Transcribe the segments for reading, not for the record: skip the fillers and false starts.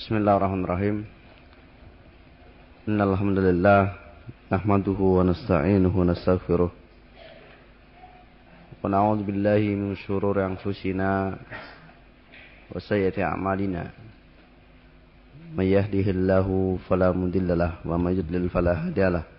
Bismillahirrahmanirrahim. Innal hamdalillah nahmaduhu wa nasta'inuhu wa nastaghfiruh. Wa na'udzu billahi min shururi anfusina wa sayyiati a'malina. May yahdihillahu fala mudilla lahu wa may yudlil fala hadiya lahu.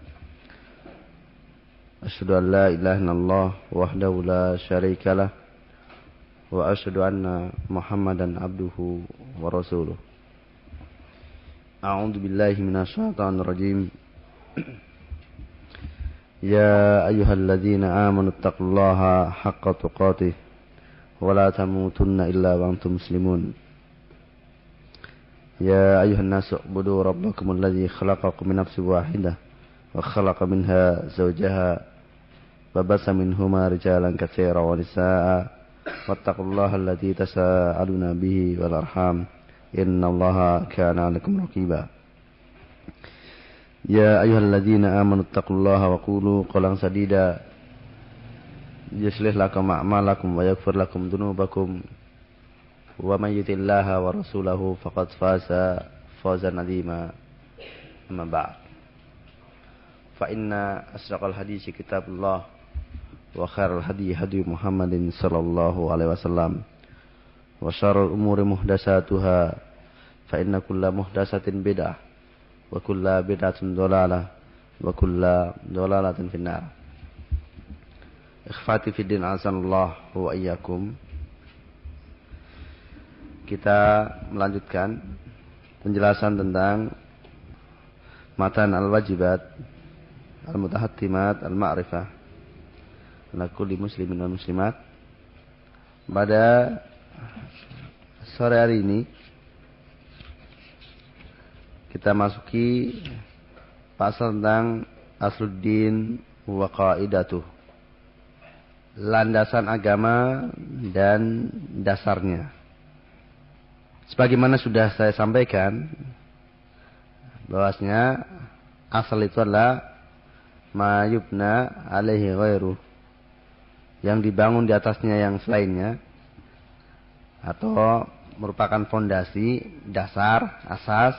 Asyhadu an la ilaha illallah wahdahu la syarika lahu wa asyhadu anna Muhammadan abduhu wa rasuluh. A'udzu billahi minasyaitonir rajim. Ya ayyuhalladzina amanu taqullaha haqqa tuqatih wa la tamutunna illa wa antum muslimun. Ya ayyuhan nasu ubudu rabbakumul ladzi khalaqakum min nafsin wahidah wa khalaqa minha zawjaha wa bassa minhuma rijalan katsiran wa nisaa'a wattaqullaha alladzi tasaaluna bihi wal arham. Innallaha kana 'alaikum raqiba. Ya ayyuhalladzina amanu taqullaha wa qulu qawlan sadida yuslih lakum a'malakum wa yaghfir lakum dhunubakum wa may yuti'illaha wa rasulahu faqad faza fawzan 'azima. Amma ba'd. Fa inna asraqal haditsi kitabullah wa khairal hadi hadi Muhammadin sallallahu alaihi wasallam. Wa syarrul umuri muhdatsatuha fa inna kulla muhdatsatin bid'ah wa kulla bid'atin dhalalah wa kulla dhalalatin finnar. Ikhwati fid din azanallah wa iyyakum. Kita melanjutkan penjelasan tentang matan al-wajibat al-mutahattimat al-ma'rifah ala kulli muslimin wal muslimat. Pada sore hari ini kita masuki pasal tentang asluddin wa qaidatuh, landasan agama dan dasarnya. Sebagaimana sudah saya sampaikan bahwasanya asal itu adalah ma yubna alaihi ghairu, yang dibangun di atasnya yang selainnya, atau merupakan fondasi, dasar, asas.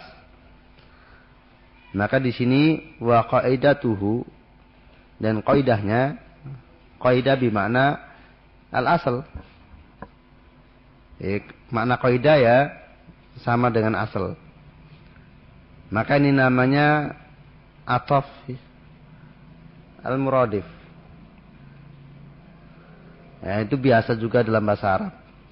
Maka di sini wa qaidatuhu, dan qaidahnya, qaidah bermakna al-asal. Makna qaidah ya sama dengan asal. Maka ini namanya ataf al-muradif. Ya, itu biasa juga dalam bahasa Arab.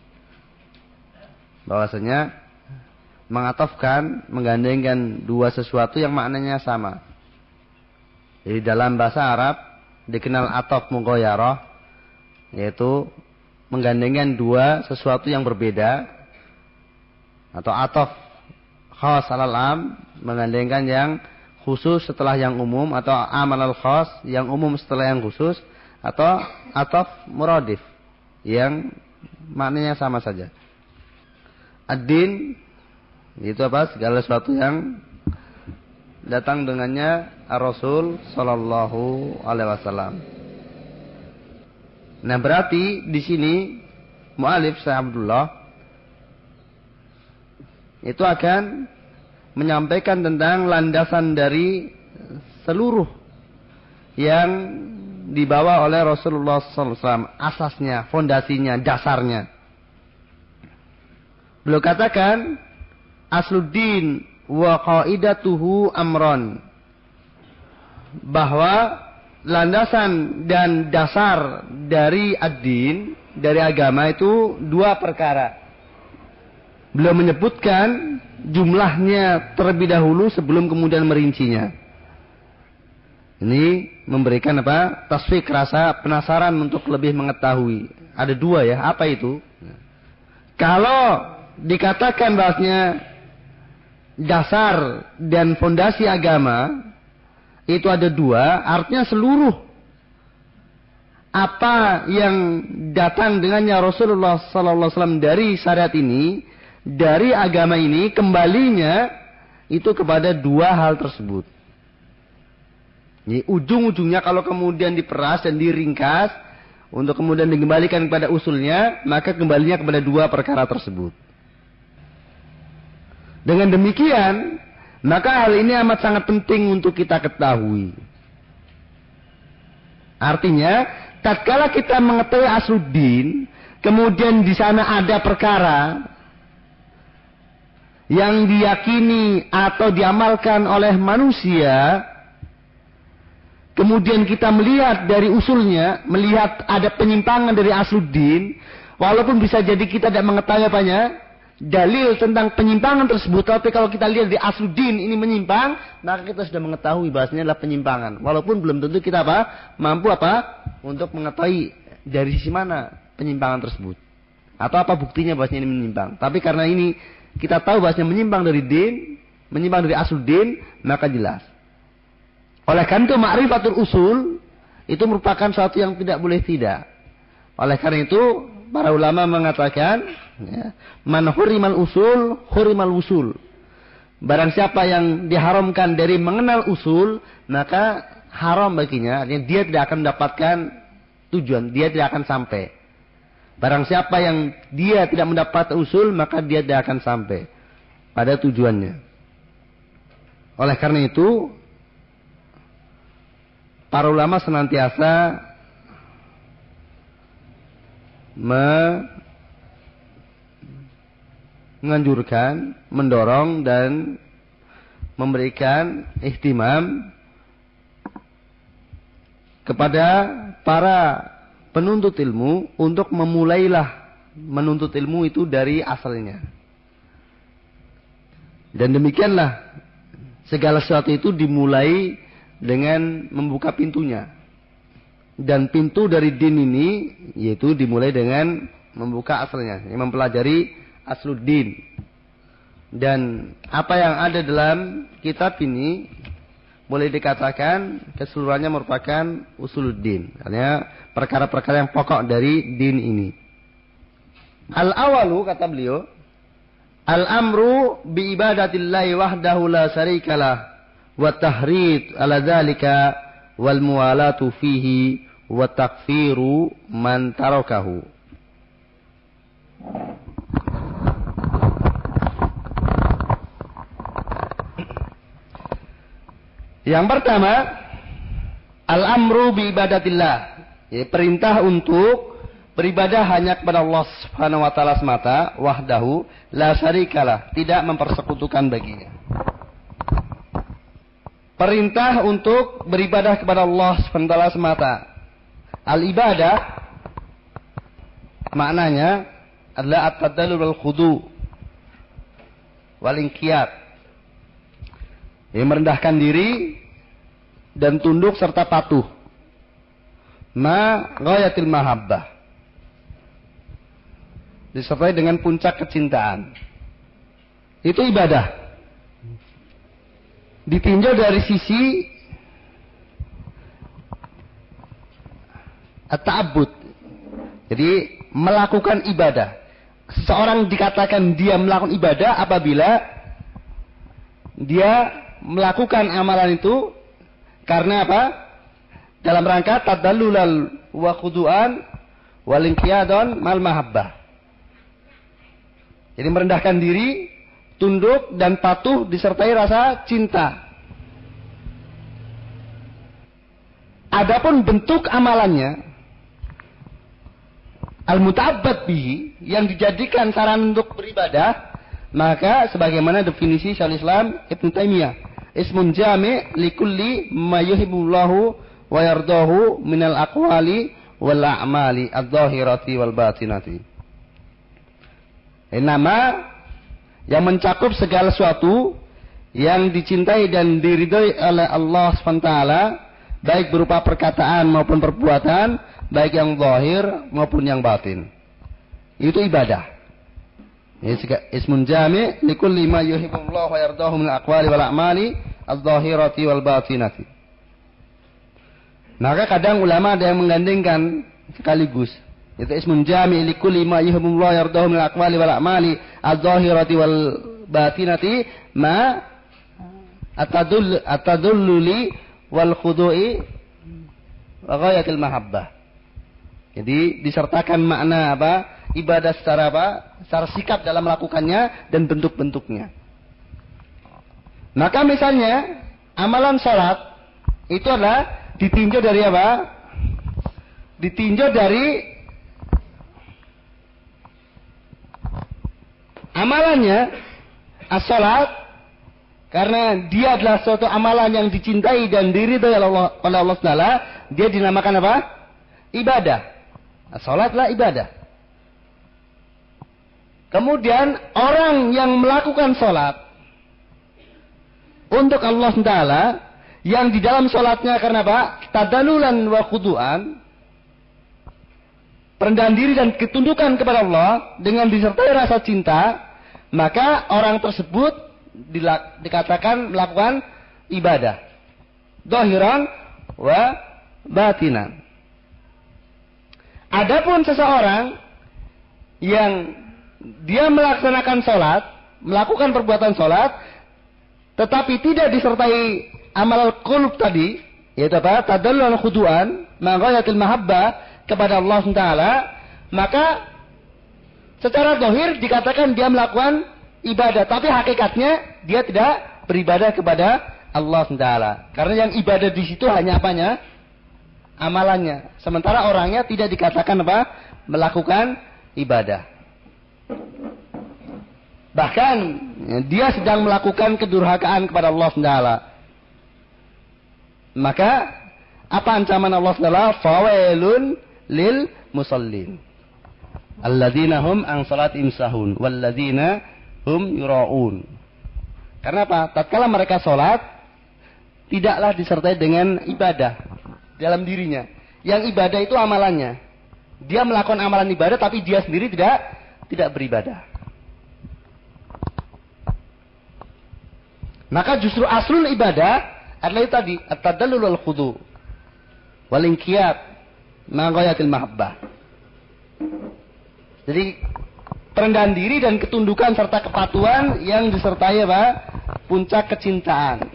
Bahwasanya mengatofkan, menggandengkan dua sesuatu yang maknanya sama. Jadi dalam bahasa Arab dikenal atof mughayyarah, yaitu menggandengkan dua sesuatu yang berbeda, atau atof khas alal am, menggandengkan yang khusus setelah yang umum, atau am alal khas, yang umum setelah yang khusus, atau atof muradif yang maknanya sama saja. Ad-din itu apa? Segala sesuatu yang datang dengannya Ar-Rasul sallallahu alaihi wasallam. Nah, berarti di sini mu'alif Syekh Abdullah itu akan menyampaikan tentang landasan dari seluruh yang dibawa oleh Rasulullah sallallahu alaihi wasallam, asasnya, fondasinya, dasarnya. Beliau katakan asluddin wa qaidatuhu amron, bahwa landasan dan dasar dari ad-din, dari agama itu dua perkara. Beliau menyebutkan jumlahnya terlebih dahulu sebelum kemudian merincinya. Ini memberikan apa? Tasfik, rasa penasaran untuk lebih mengetahui. Ada dua ya, apa itu? Kalau dikatakan bahasnya dasar dan fondasi agama itu ada dua, artinya seluruh apa yang datang dengannya Rasulullah sallallahu alaihi wasallam dari syariat ini, dari agama ini, kembalinya itu kepada dua hal tersebut. Ini ujung-ujungnya kalau kemudian diperas dan diringkas untuk kemudian dikembalikan kepada usulnya, maka kembalinya kepada dua perkara tersebut. Dengan demikian, maka hal ini amat sangat penting untuk kita ketahui. Artinya, tatkala kita mengetahui asluddin, kemudian di sana ada perkara yang diyakini atau diamalkan oleh manusia, kemudian kita melihat dari usulnya, melihat ada penyimpangan dari asluddin, walaupun bisa jadi kita tidak mengetahui apanya, dalil tentang penyimpangan tersebut, tapi kalau kita lihat di asluddin ini menyimpang, maka kita sudah mengetahui bahasanya adalah penyimpangan. Walaupun belum tentu kita mampu untuk mengetahui dari sisi mana penyimpangan tersebut, atau apa buktinya bahasanya ini menyimpang. Tapi karena ini kita tahu bahasanya menyimpang dari din, menyimpang dari asluddin, maka jelas. Oleh karena itu ma'rifatul usul itu merupakan suatu yang tidak boleh tidak. Oleh karena itu para ulama mengatakan, ya, man hurimal usul, hurimal usul. Barang siapa yang diharamkan dari mengenal usul, maka haram baginya. Artinya dia tidak akan mendapatkan tujuan, dia tidak akan sampai. Barang siapa yang dia tidak mendapat usul, maka dia tidak akan sampai pada tujuannya. Oleh karena itu, para ulama senantiasa menganjurkan, mendorong dan memberikan ihtimam kepada para penuntut ilmu untuk memulailah menuntut ilmu itu dari asalnya. Dan demikianlah segala sesuatu itu dimulai dengan membuka pintunya. Dan pintu dari din ini yaitu dimulai dengan membuka asalnya, yang mempelajari asluddin. Dan apa yang ada dalam kitab ini boleh dikatakan keseluruhannya merupakan usuluddin, artinya perkara-perkara yang pokok dari din ini. Al-awalu, kata beliau, al-amru bi ibadatillahi wahdahu la syarikalah wa tahrid ala dzalika wal muwalatu fihi wa takfiru man tarakahu. Yang pertama, al-amru bi ibadatillah, ya, perintah untuk beribadah hanya kepada Allah Subhanahu wa taala semata, wahdahu la syarikalah, tidak mempersekutukan baginya. Perintah untuk beribadah kepada Allah SWT semata. Al-ibadah maknanya adalah at-tadallul wal khudu wal inqiyad. Yang merendahkan diri dan tunduk serta patuh. Ma ghayatil mahabbah. Disertai dengan puncak kecintaan. Itu ibadah. Ditinjau dari sisi at-ta'abbud. Jadi melakukan ibadah. Seseorang dikatakan dia melakukan ibadah apabila dia melakukan amalan itu karena apa? Dalam rangka tadallulal wa khudu'an wal inqiyadun mal mahabbah. Jadi merendahkan diri, tunduk dan patuh disertai rasa cinta. Adapun bentuk amalannya, al-muta'abbad bihi, yang dijadikan saran untuk beribadah, maka sebagaimana definisi Syekhul Islam Ibnu Taimiyah, ismun jami' likulli ma yuhibbullahu wa yardahu minal aqwali wal a'mali adh-dhahirati wal batinati. Nama yang mencakup segala sesuatu yang dicintai dan diridhoi oleh Allah SWT, baik berupa perkataan maupun perbuatan, baik yang zahir maupun yang batin. Itu ibadah. Ismun jami' likulli ma yuhibbullahu wa yardahu min al-aqwali wal a'mali adh-dhahirati wal batinati. Maka kadang ulama ada yang menggandengkan sekaligus. Itu ismun jami' likulli ma yuhibbullahu wa yardahu min al-aqwali wal a'mali adh-dhahirati wal batinati ma at-tadulluli wal khudu'i wa ghayatil mahabbah. Jadi disertakan makna apa? Ibadah secara apa? Secara sikap dalam melakukannya dan bentuk-bentuknya. Maka misalnya amalan sholat itu adalah ditinjau dari apa? Ditinjau dari amalannya as-sholat, karena dia adalah suatu amalan yang dicintai dan diridhai oleh Allah Taala, dia dinamakan apa? Ibadah. As-sholat adalah ibadah. Kemudian orang yang melakukan sholat untuk Allah Taala, yang di dalam sholatnya karena apa? Tadalulan wa khudu'an, perendahan diri dan ketundukan kepada Allah dengan disertai rasa cinta, maka orang tersebut dikatakan melakukan ibadah zahiran wa batinan. Adapun seseorang yang dia melaksanakan sholat, melakukan perbuatan sholat, tetapi tidak disertai amal qulub tadi, yaitu apa? Tadallul khudu'an, maghayatul mahabbah kepada Allah Taala, maka secara zahir dikatakan dia melakukan ibadah, tapi hakikatnya dia tidak beribadah kepada Allah Taala. Karena yang ibadah di situ hanya apanya? Amalannya. Sementara orangnya tidak dikatakan apa? Melakukan ibadah. Bahkan dia sedang melakukan kedurhakaan kepada Allah Taala. Maka apa ancaman Allah Taala? Fawailun lil musallin alladzina hum an salatihim sahun walladzina hum yura'un. Karena apa? Tatkala mereka sholat, tidaklah disertai dengan ibadah dalam dirinya. Yang ibadah itu amalannya. Dia melakukan amalan ibadah, tapi dia sendiri tidak beribadah. Maka justru aslul ibadah adalah itu tadi, at-tadallul wal khudu wal inqiyad ma ghayatil mahabbah. Jadi perendahan diri dan ketundukan serta kepatuhan yang disertai apa? Puncak kecintaan.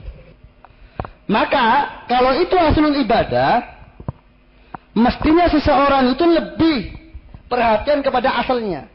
Maka kalau itu aslul ibadah, mestinya seseorang itu lebih perhatian kepada asalnya.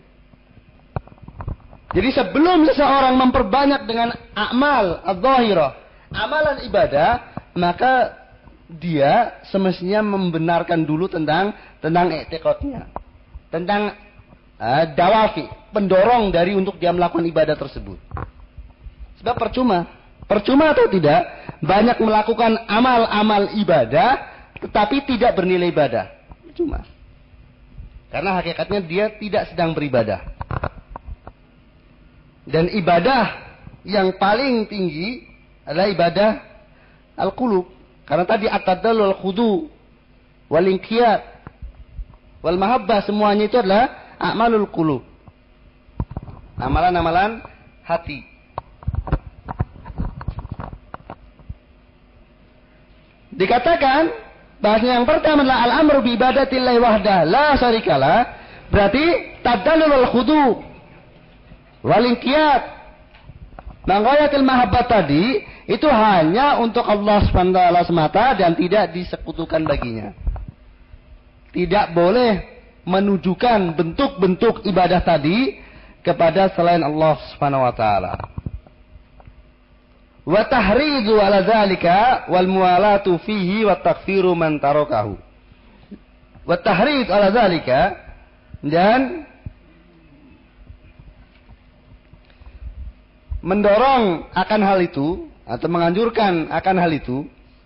Jadi sebelum seseorang memperbanyak dengan amal adz-dzahirah, amalan ibadah, maka dia semestinya membenarkan dulu tentang i'tiqadnya, tentang dawafi, pendorong dari untuk dia melakukan ibadah tersebut. Sebab percuma atau tidak, banyak melakukan amal-amal ibadah, tetapi tidak bernilai ibadah. Percuma. Karena hakikatnya dia tidak sedang beribadah. Dan ibadah yang paling tinggi adalah ibadah al-qulub. Karena tadi at-tadallul wal khudu wal inqiyad wal mahabbah, semuanya itu adalah a'malul qulub. Amalan-amalan hati. Dikatakan bahasanya yang pertama adalah al-amru bi ibadatillahi wahdah la syarikalah. Berarti tadallul wal khudu wal inqiyad manghayatul mahabbah tadi itu hanya untuk Allah Subhanahu wa taala semata dan tidak disekutukan baginya. Tidak boleh menunjukkan bentuk-bentuk ibadah tadi kepada selain Allah Subhanahu wa taala. Wa tahridu ala dzalika wal muwalatu fihi wa takfiru man tarakahu. Wa tahrid ala dzalika, dan mendorong akan hal itu atau menganjurkan akan hal itu,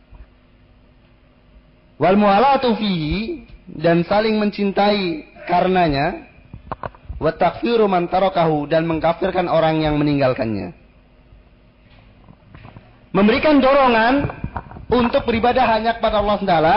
wal muwalatu fihi, dan saling mencintai karenanya, wa takfiru man tarakahu, dan mengkafirkan orang yang meninggalkannya. Memberikan dorongan untuk beribadah hanya kepada Allah Taala,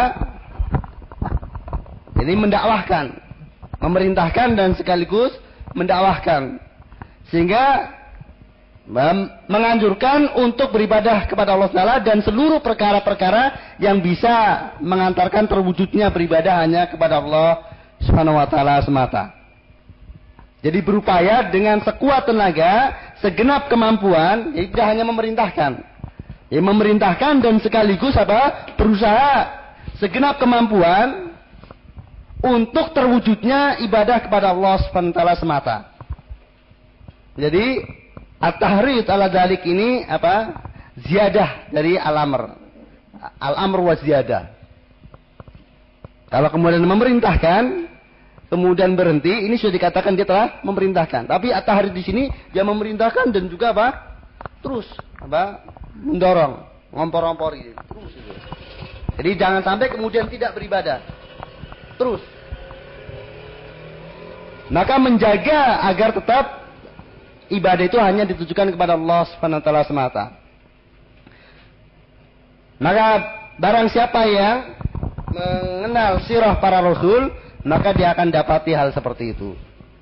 ini mendakwahkan, memerintahkan dan sekaligus mendakwahkan, sehingga menganjurkan untuk beribadah kepada Allah Taala dan seluruh perkara-perkara yang bisa mengantarkan terwujudnya beribadah hanya kepada Allah Subhanahu wa taala semata. Jadi berupaya dengan sekuat tenaga, segenap kemampuan, ya tidak hanya memerintahkan. Ya memerintahkan dan sekaligus apa? Berusaha segenap kemampuan untuk terwujudnya ibadah kepada Allah Subhanahu wa taala semata. Jadi At-tahrid ala dzalik ini apa? Ziyadah dari al-amr. Al-amr wa ziyadah. Kalau kemudian memerintahkan, kemudian berhenti, ini sudah dikatakan dia telah memerintahkan. Tapi at-tahrid di sini dia memerintahkan dan juga apa? Terus apa? Mendorong, ngompor-ngompori, terus itu. Jadi jangan sampai kemudian tidak beribadah. Terus. Maka menjaga agar tetap ibadah itu hanya ditujukan kepada Allah Subhanahu wa taala semata. Maka barang siapa yang mengenal sirah para rasul, maka dia akan dapati hal seperti itu.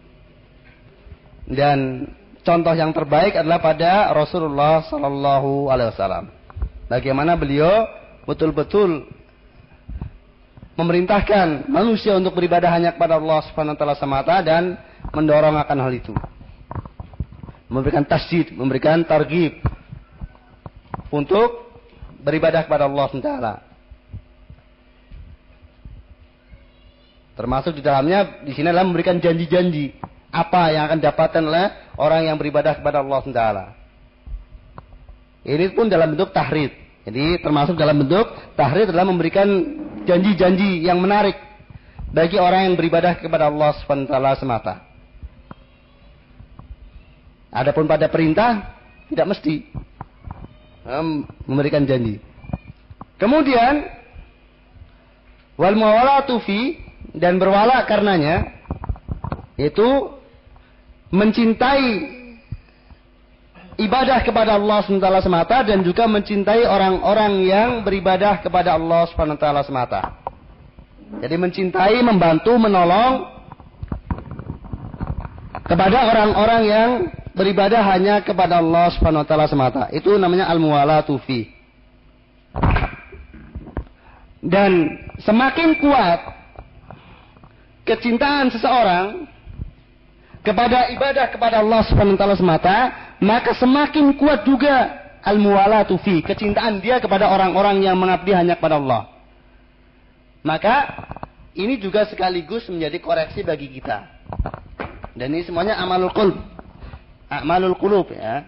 Dan contoh yang terbaik adalah pada Rasulullah sallallahu alaihi wasallam. Bagaimana beliau betul-betul memerintahkan manusia untuk beribadah hanya kepada Allah Subhanahu wa taala semata dan mendorong akan hal itu. Memberikan tasydid, memberikan targhib untuk beribadah kepada Allah Subhanahu wa taala. Termasuk di dalamnya di sini adalah memberikan janji-janji apa yang akan didapatkan oleh orang yang beribadah kepada Allah Subhanahu wa taala. Ini pun dalam bentuk tahrid. Jadi termasuk dalam bentuk tahrid adalah memberikan janji-janji yang menarik bagi orang yang beribadah kepada Allah Subhanahu wa taala semata. Adapun pada perintah tidak mesti memberikan janji. Kemudian wal muwalatu fi, dan berwala karenanya, yaitu mencintai ibadah kepada Allah SWT semata dan juga mencintai orang-orang yang beribadah kepada Allah SWT semata. Jadi mencintai, membantu, menolong kepada orang-orang yang beribadah hanya kepada Allah SWT semata. Itu namanya al-muwalatu fi. Dan semakin kuat kecintaan seseorang kepada ibadah kepada Allah Subhanahu wa taala semata, maka semakin kuat juga al-muwalatu fi, kecintaan dia kepada orang-orang yang mengabdi hanya kepada Allah. Maka ini juga sekaligus menjadi koreksi bagi kita. Dan ini semuanya amalul qulub. Amalul qulub ya.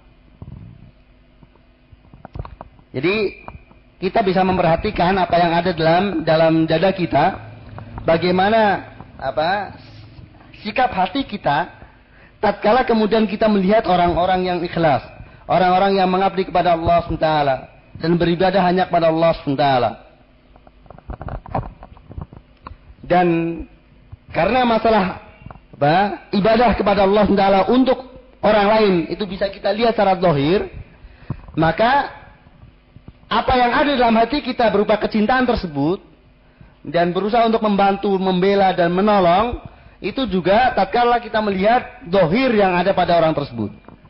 Jadi kita bisa memperhatikan apa yang ada dalam dada kita. Bagaimana sikap hati kita tatkala kemudian kita melihat orang-orang yang ikhlas, orang-orang yang mengabdi kepada Allah SWT dan beribadah hanya kepada Allah SWT. Dan karena masalah ibadah kepada Allah SWT untuk orang lain itu bisa kita lihat secara zahir, maka apa yang ada dalam hati kita berupa kecintaan tersebut dan berusaha untuk membantu, membela dan menolong, itu juga tatkala kita melihat zahir yang ada pada orang tersebut.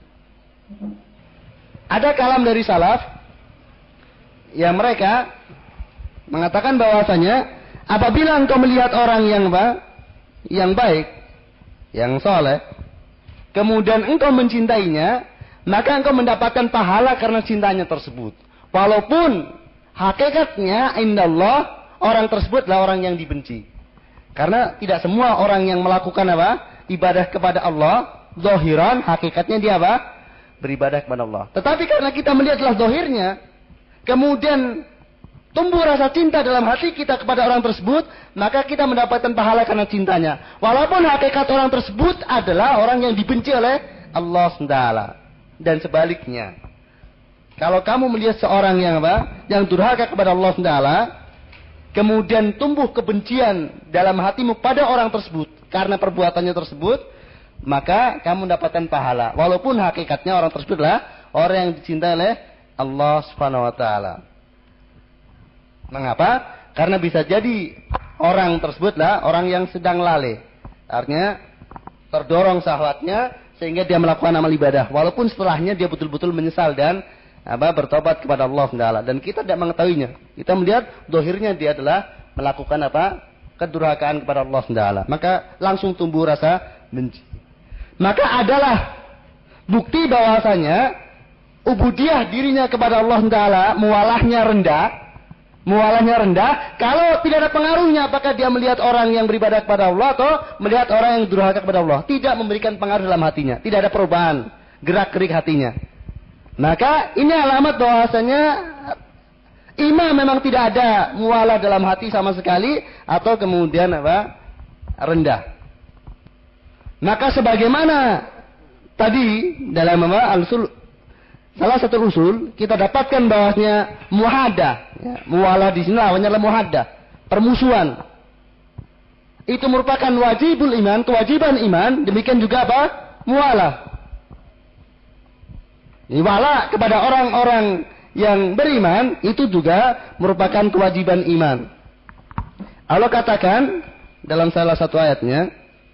Ada kalam dari salaf yang mereka mengatakan bahwasanya apabila engkau melihat orang yang baik, yang soleh, kemudian engkau mencintainya, maka engkau mendapatkan pahala karena cintanya tersebut. Walaupun hakikatnya indallah orang tersebut adalah orang yang dibenci. Karena tidak semua orang yang melakukan ibadah kepada Allah zahiran, hakikatnya dia beribadah kepada Allah. Tetapi karena kita melihatlah zahirnya, kemudian tumbuh rasa cinta dalam hati kita kepada orang tersebut, maka kita mendapatkan pahala karena cintanya. Walaupun hakikat orang tersebut adalah orang yang dibenci oleh Allah SWT. Dan sebaliknya, kalau kamu melihat seorang yang durhaka kepada Allah SWT, kemudian tumbuh kebencian dalam hatimu pada orang tersebut karena perbuatannya tersebut, maka kamu mendapatkan pahala. Walaupun hakikatnya orang tersebut adalah orang yang dicintai oleh Allah Subhanahu wa taala. Mengapa? Karena bisa jadi orang tersebutlah orang yang sedang lalai. Artinya terdorong syahwatnya sehingga dia melakukan amal ibadah. Walaupun setelahnya dia betul-betul menyesal dan bertobat kepada Allah SWT. Dan kita tidak mengetahuinya. Kita melihat zahirnya dia adalah melakukan kedurhakaan kepada Allah SWT. Maka langsung tumbuh rasa benci. Maka adalah bukti bahwasanya ubudiyah dirinya kepada Allah SWT mualahnya rendah kalau tidak ada pengaruhnya apakah dia melihat orang yang beribadah kepada Allah atau melihat orang yang durhaka kepada Allah. Tidak memberikan pengaruh dalam hatinya. Tidak ada perubahan. gerak-gerik hatinya. Maka ini alamat bahwasanya iman memang tidak ada mualah dalam hati sama sekali atau kemudian rendah. Maka sebagaimana tadi dalam salah satu usul kita dapatkan bahwasanya muhadah, ya, mualah di sini lawannya adalah muhadah, permusuhan. Itu merupakan wajibul iman, kewajiban iman, demikian juga mualah. Wala kepada orang-orang yang beriman itu juga merupakan kewajiban iman. Allah katakan dalam salah satu ayatnya,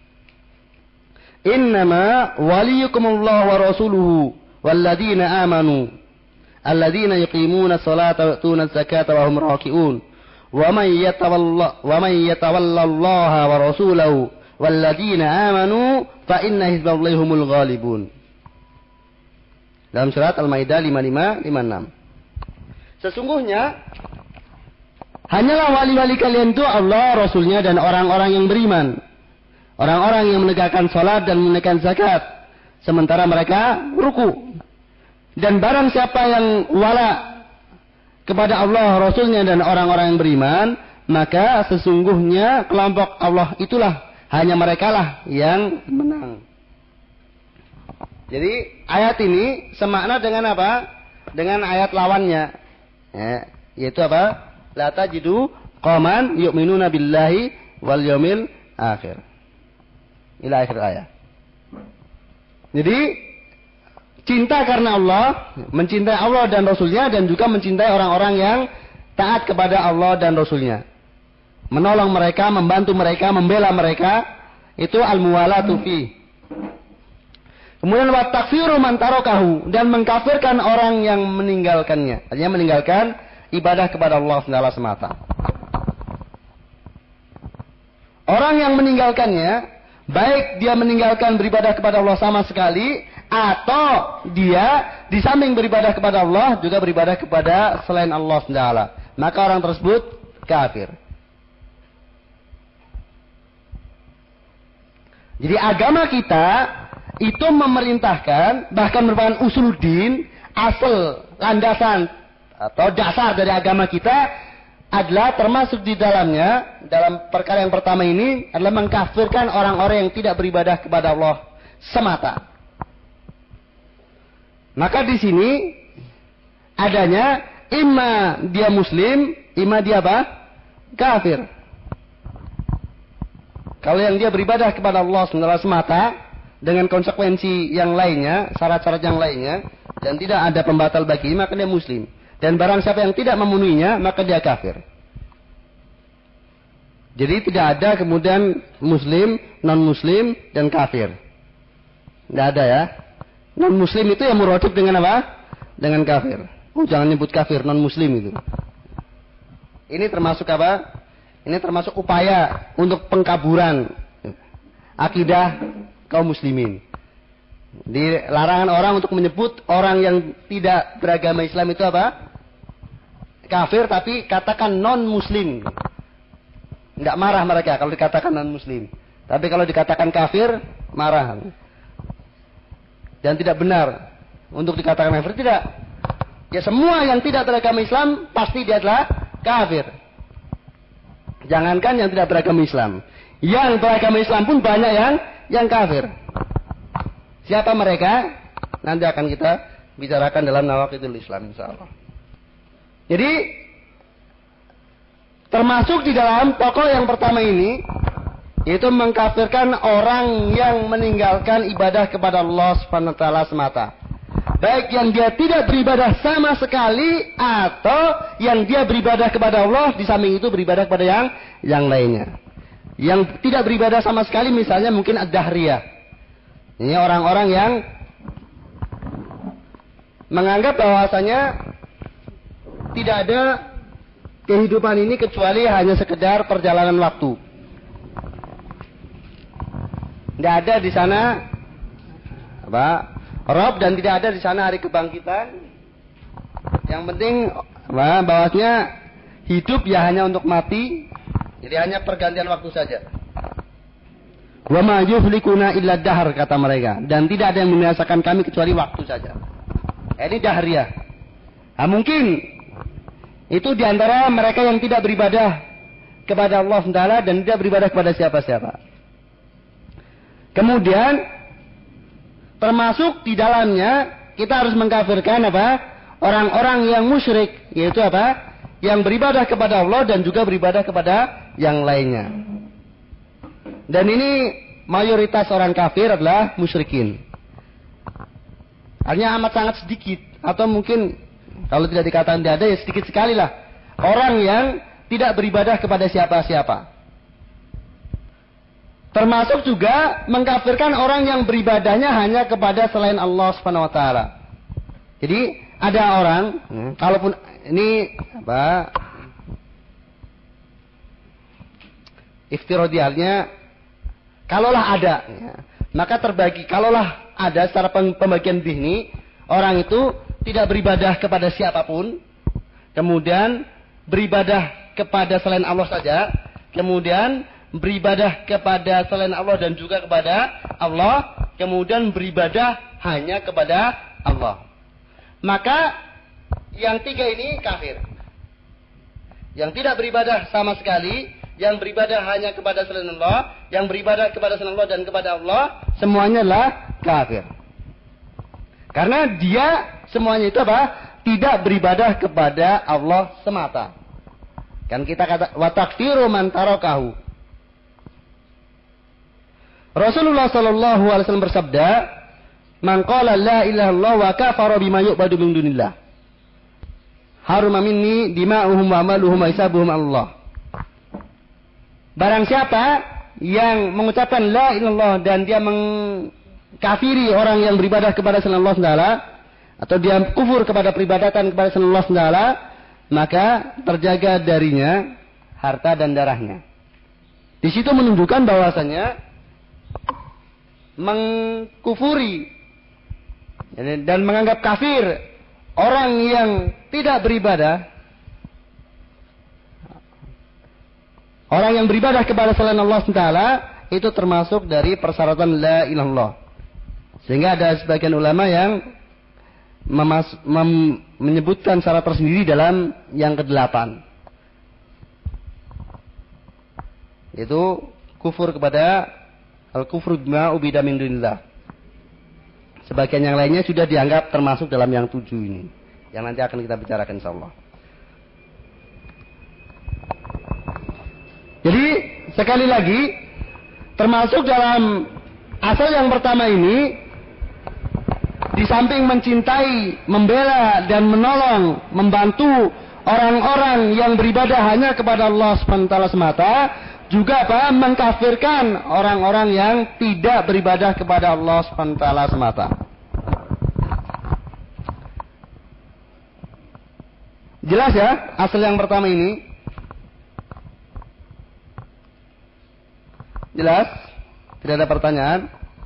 "Innama waliyukumullahu wa rasuluhu walladzina amanu alladzina yuqimuna sholata wa yu'tuna zakata wa hum raki'un wa man yatawallallaha wa rasulahu walladzina amanu fa inna hizballahi humul ghalibun." Dalam surat Al-Maidah 55-56. Sesungguhnya hanyalah wali-wali kalian itu Allah, Rasulnya, dan orang-orang yang beriman. Orang-orang yang menegakkan salat dan menunaikan zakat. Sementara mereka ruku. Dan barang siapa yang wala kepada Allah, Rasulnya, dan orang-orang yang beriman, maka sesungguhnya kelompok Allah itulah, hanya mereka lah yang menang. Jadi ayat ini semakna dengan apa? Dengan ayat lawannya, ya, yaitu apa? La tajidu qauman yu'minuna billahi wal yaumil akhir. Ila akhir ayat. Jadi cinta karena Allah, mencintai Allah dan Rasulnya, dan juga mencintai orang-orang yang taat kepada Allah dan Rasulnya. Menolong mereka, membantu mereka, membela mereka, itu al-muwalatu fi. Kemudian wa takfiru man tarakahu, dan mengkafirkan orang yang meninggalkannya. Artinya meninggalkan ibadah kepada Allah Subhanahu semata. Orang yang meninggalkannya, baik dia meninggalkan beribadah kepada Allah sama sekali, atau dia di samping beribadah kepada Allah juga beribadah kepada selain Allah Subhanahu, maka orang tersebut kafir. Jadi agama kita itu memerintahkan, bahkan merupakan usuluddin, asal, landasan atau dasar dari agama kita adalah termasuk di dalamnya, dalam perkara yang pertama ini adalah mengkafirkan orang-orang yang tidak beribadah kepada Allah semata. Maka di sini adanya imma dia muslim, imma dia apa? Kafir. Kalau yang dia beribadah kepada Allah semata dengan konsekuensi yang lainnya, syarat-syarat yang lainnya, dan tidak ada pembatal baginya, maka dia muslim. Dan barang siapa yang tidak memenuhinya, maka dia kafir. Jadi tidak ada kemudian muslim, non-muslim, dan kafir. Tidak ada ya. Non-muslim itu yang muradif dengan apa? Dengan kafir. Oh, jangan nyebut kafir, non-muslim itu. Ini termasuk apa? Ini termasuk upaya untuk pengkaburan akidah kaum muslimin. Di larangan orang untuk menyebut orang yang tidak beragama Islam itu apa? Kafir, tapi katakan non-muslim. Tidak marah mereka kalau dikatakan non-muslim. Tapi kalau dikatakan kafir, marah. Dan tidak benar untuk dikatakan kafir, tidak. Ya semua yang tidak beragama Islam pasti dia adalah kafir. Jangankan yang tidak beragama Islam, yang beragama Islam pun banyak yang kafir. Siapa mereka? Nanti akan kita bicarakan dalam Nawaqidul Islam insyaallah. Jadi termasuk di dalam pokok yang pertama ini, yaitu mengkafirkan orang yang meninggalkan ibadah kepada Allah Subhanahu wa taala semata. Baik yang dia tidak beribadah sama sekali, atau yang dia beribadah kepada Allah, di samping itu beribadah kepada yang lainnya. Yang tidak beribadah sama sekali misalnya mungkin ad-dahriyah. Ini orang-orang yang menganggap bahwasanya tidak ada kehidupan ini kecuali hanya sekedar perjalanan waktu. Tidak ada di sana Rob, dan tidak ada di sana hari kebangkitan. Yang penting bahwasanya hidup ya hanya untuk mati. Jadi hanya pergantian waktu saja. Wa ma yuhlikuna illa dahr, kata mereka, dan tidak ada yang membinasakan kami kecuali waktu saja. Ini dahriyah. Nah, mungkin itu diantara mereka yang tidak beribadah kepada Allah SWT dan tidak beribadah kepada siapa-siapa. Kemudian termasuk di dalamnya kita harus mengkafirkan apa? Orang-orang yang musyrik, yaitu apa? Yang beribadah kepada Allah dan juga beribadah kepada yang lainnya. Dan ini mayoritas orang kafir adalah musyrikin. Hanya amat sangat sedikit, atau mungkin kalau tidak dikatakan tidak ada, ya sedikit sekali lah orang yang tidak beribadah kepada siapa-siapa. Termasuk juga mengkafirkan orang yang beribadahnya hanya kepada selain Allah Subhanahu wa taala. Jadi ada orang, kalaupun ini apa? Iftiradialnya, kalaulah ada, ya, maka terbagi. Kalaulah ada secara pembagian dhihni, orang itu tidak beribadah kepada siapapun, kemudian beribadah kepada selain Allah saja, kemudian beribadah kepada selain Allah dan juga kepada Allah, kemudian beribadah hanya kepada Allah. Maka yang tiga ini kafir. Yang tidak beribadah sama sekali, yang beribadah hanya kepada selain Allah, yang beribadah kepada selain Allah dan kepada Allah, semuanya adalah kafir. Karena dia semuanya itu apa? Tidak beribadah kepada Allah semata. Kan kita kata wa takfiru man tarakahu. Rasulullah sallallahu alaihi wasallam bersabda, "Man qala la ilaha illallah wa kafara bima yu'badu min dunillah. Haruma minni dima'uhum wa amaluhum wa hisabuhum Allah." Barang siapa yang mengucapkan la ilaha illallah dan dia mengkafiri orang yang beribadah kepada selain Allah Taala, atau dia kufur kepada peribadatan kepada selain Allah Taala, maka terjaga darinya harta dan darahnya. Di situ menunjukkan bahwasanya mengkufuri dan menganggap kafir orang yang tidak beribadah, orang yang beribadah kepada selain Allah Taala, itu termasuk dari persyaratan la ilaha illallah. Sehingga ada sebagian ulama yang menyebutkan syarat tersendiri dalam yang ke-8, yaitu kufur kepada al-kufru bima ubida min dunillah. Sebagian yang lainnya sudah dianggap termasuk dalam yang 7 ini, yang nanti akan kita bicarakan insyaallah. Jadi sekali lagi, termasuk dalam asal yang pertama ini, di samping mencintai, membela dan menolong, membantu orang-orang yang beribadah hanya kepada Allah Subhanahu wa taala semata, juga apa? Mengkafirkan orang-orang yang tidak beribadah kepada Allah Subhanahu wa taala semata. Jelas ya asal yang pertama ini? Jelas? Tidak ada pertanyaan?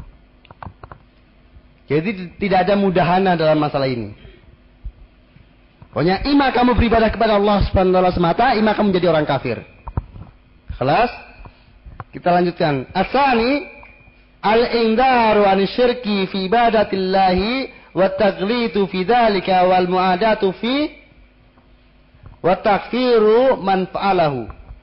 Jadi tidak ada mudahana dalam masalah ini. Pokoknya ima kamu beribadah kepada Allah Subhanahu wa taala semata, ima kamu menjadi orang kafir. Kelas, kita lanjutkan. Asani al-indaru an syirki fi ibadatillahi wa taghlitu fi dzalika wal muadatu fi wa takfiru man fa'alahu.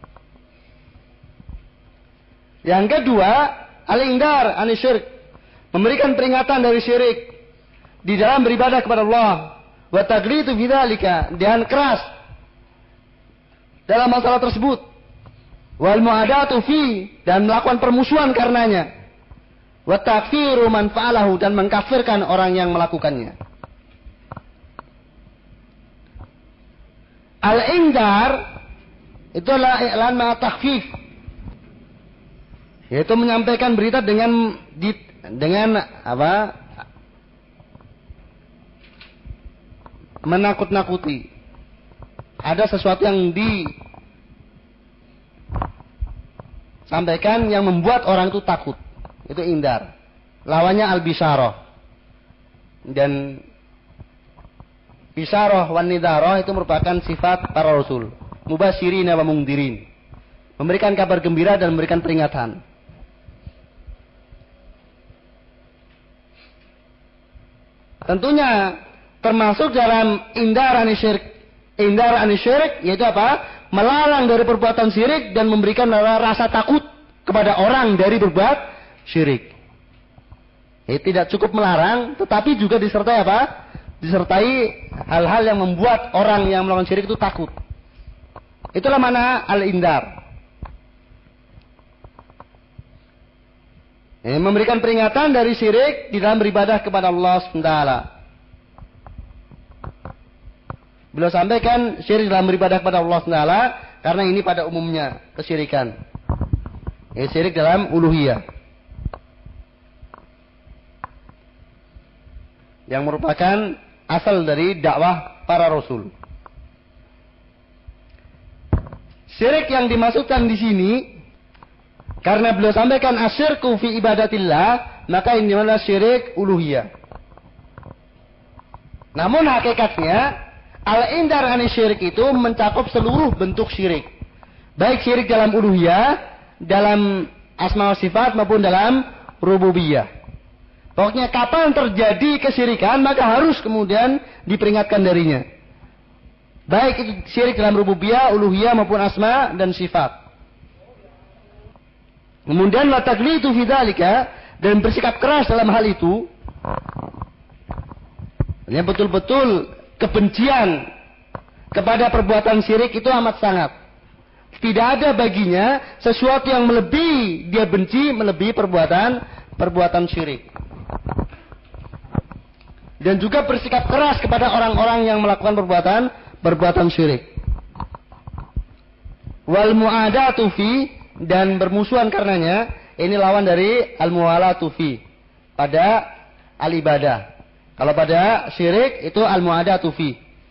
Yang kedua, al-indar an syirk, memberikan peringatan dari syirik di dalam beribadah kepada Allah, wa taghlitu fi dzalika, dan keras dalam masalah tersebut. Wal mu'adatu fi, dan melakukan permusuhan karenanya. Wa takfiru man fa'alahu, dan mengkafirkan orang yang melakukannya. Al-indar itu adalah i'lan ma'a takhfif, yaitu menyampaikan berita dengan apa? Menakut-nakuti. Ada sesuatu yang sampaikan yang membuat orang itu takut. Itu indar. Lawannya al-bisyarah. Dan bisyarah wan nidharah itu merupakan sifat para rasul. Mubasyirina wa mungdirin. Memberikan kabar gembira dan memberikan peringatan. tentunya termasuk dalam indar anisyirik, yaitu apa? Melarang dari perbuatan syirik dan memberikan rasa takut kepada orang dari berbuat syirik. Tidak cukup melarang, tetapi juga disertai apa? Disertai hal-hal yang membuat orang yang melakukan syirik itu takut. Itulah mana al-indar. Memberikan peringatan dari syirik di dalam beribadah kepada Allah SWT. Beliau sampaikan syirik dalam beribadah kepada Allah SWT karena ini pada umumnya kesyirikan. Syirik dalam uluhiyah. Yang merupakan asal dari dakwah para rasul. Syirik yang dimaksudkan di sini karena beliau sampaikan asyirku fi ibadatillah, maka ini adalah syirik uluhiyah. Namun hakikatnya al-indar anisyirik itu mencakup seluruh bentuk syirik. Baik syirik dalam uluhiyah, dalam asma wa sifat maupun dalam rububiyah. Pokoknya kapan terjadi kesyirikan maka harus kemudian diperingatkan darinya. Baik itu syirik dalam rububiyah, uluhiyah maupun asma dan sifat. Kemudian la taglitu fi dzalika, dan bersikap keras dalam hal itu. Yang betul-betul kebencian kepada perbuatan syirik itu amat sangat. Tidak ada baginya sesuatu yang melebihi dia benci melebihi perbuatan syirik. Dan juga bersikap keras kepada orang-orang yang melakukan perbuatan syirik. Wal mu'adatu fi, dan bermusuhan karenanya, ini lawan dari al muwalatu fi pada al ibadah. Kalau pada syirik itu al mu'adatu fi.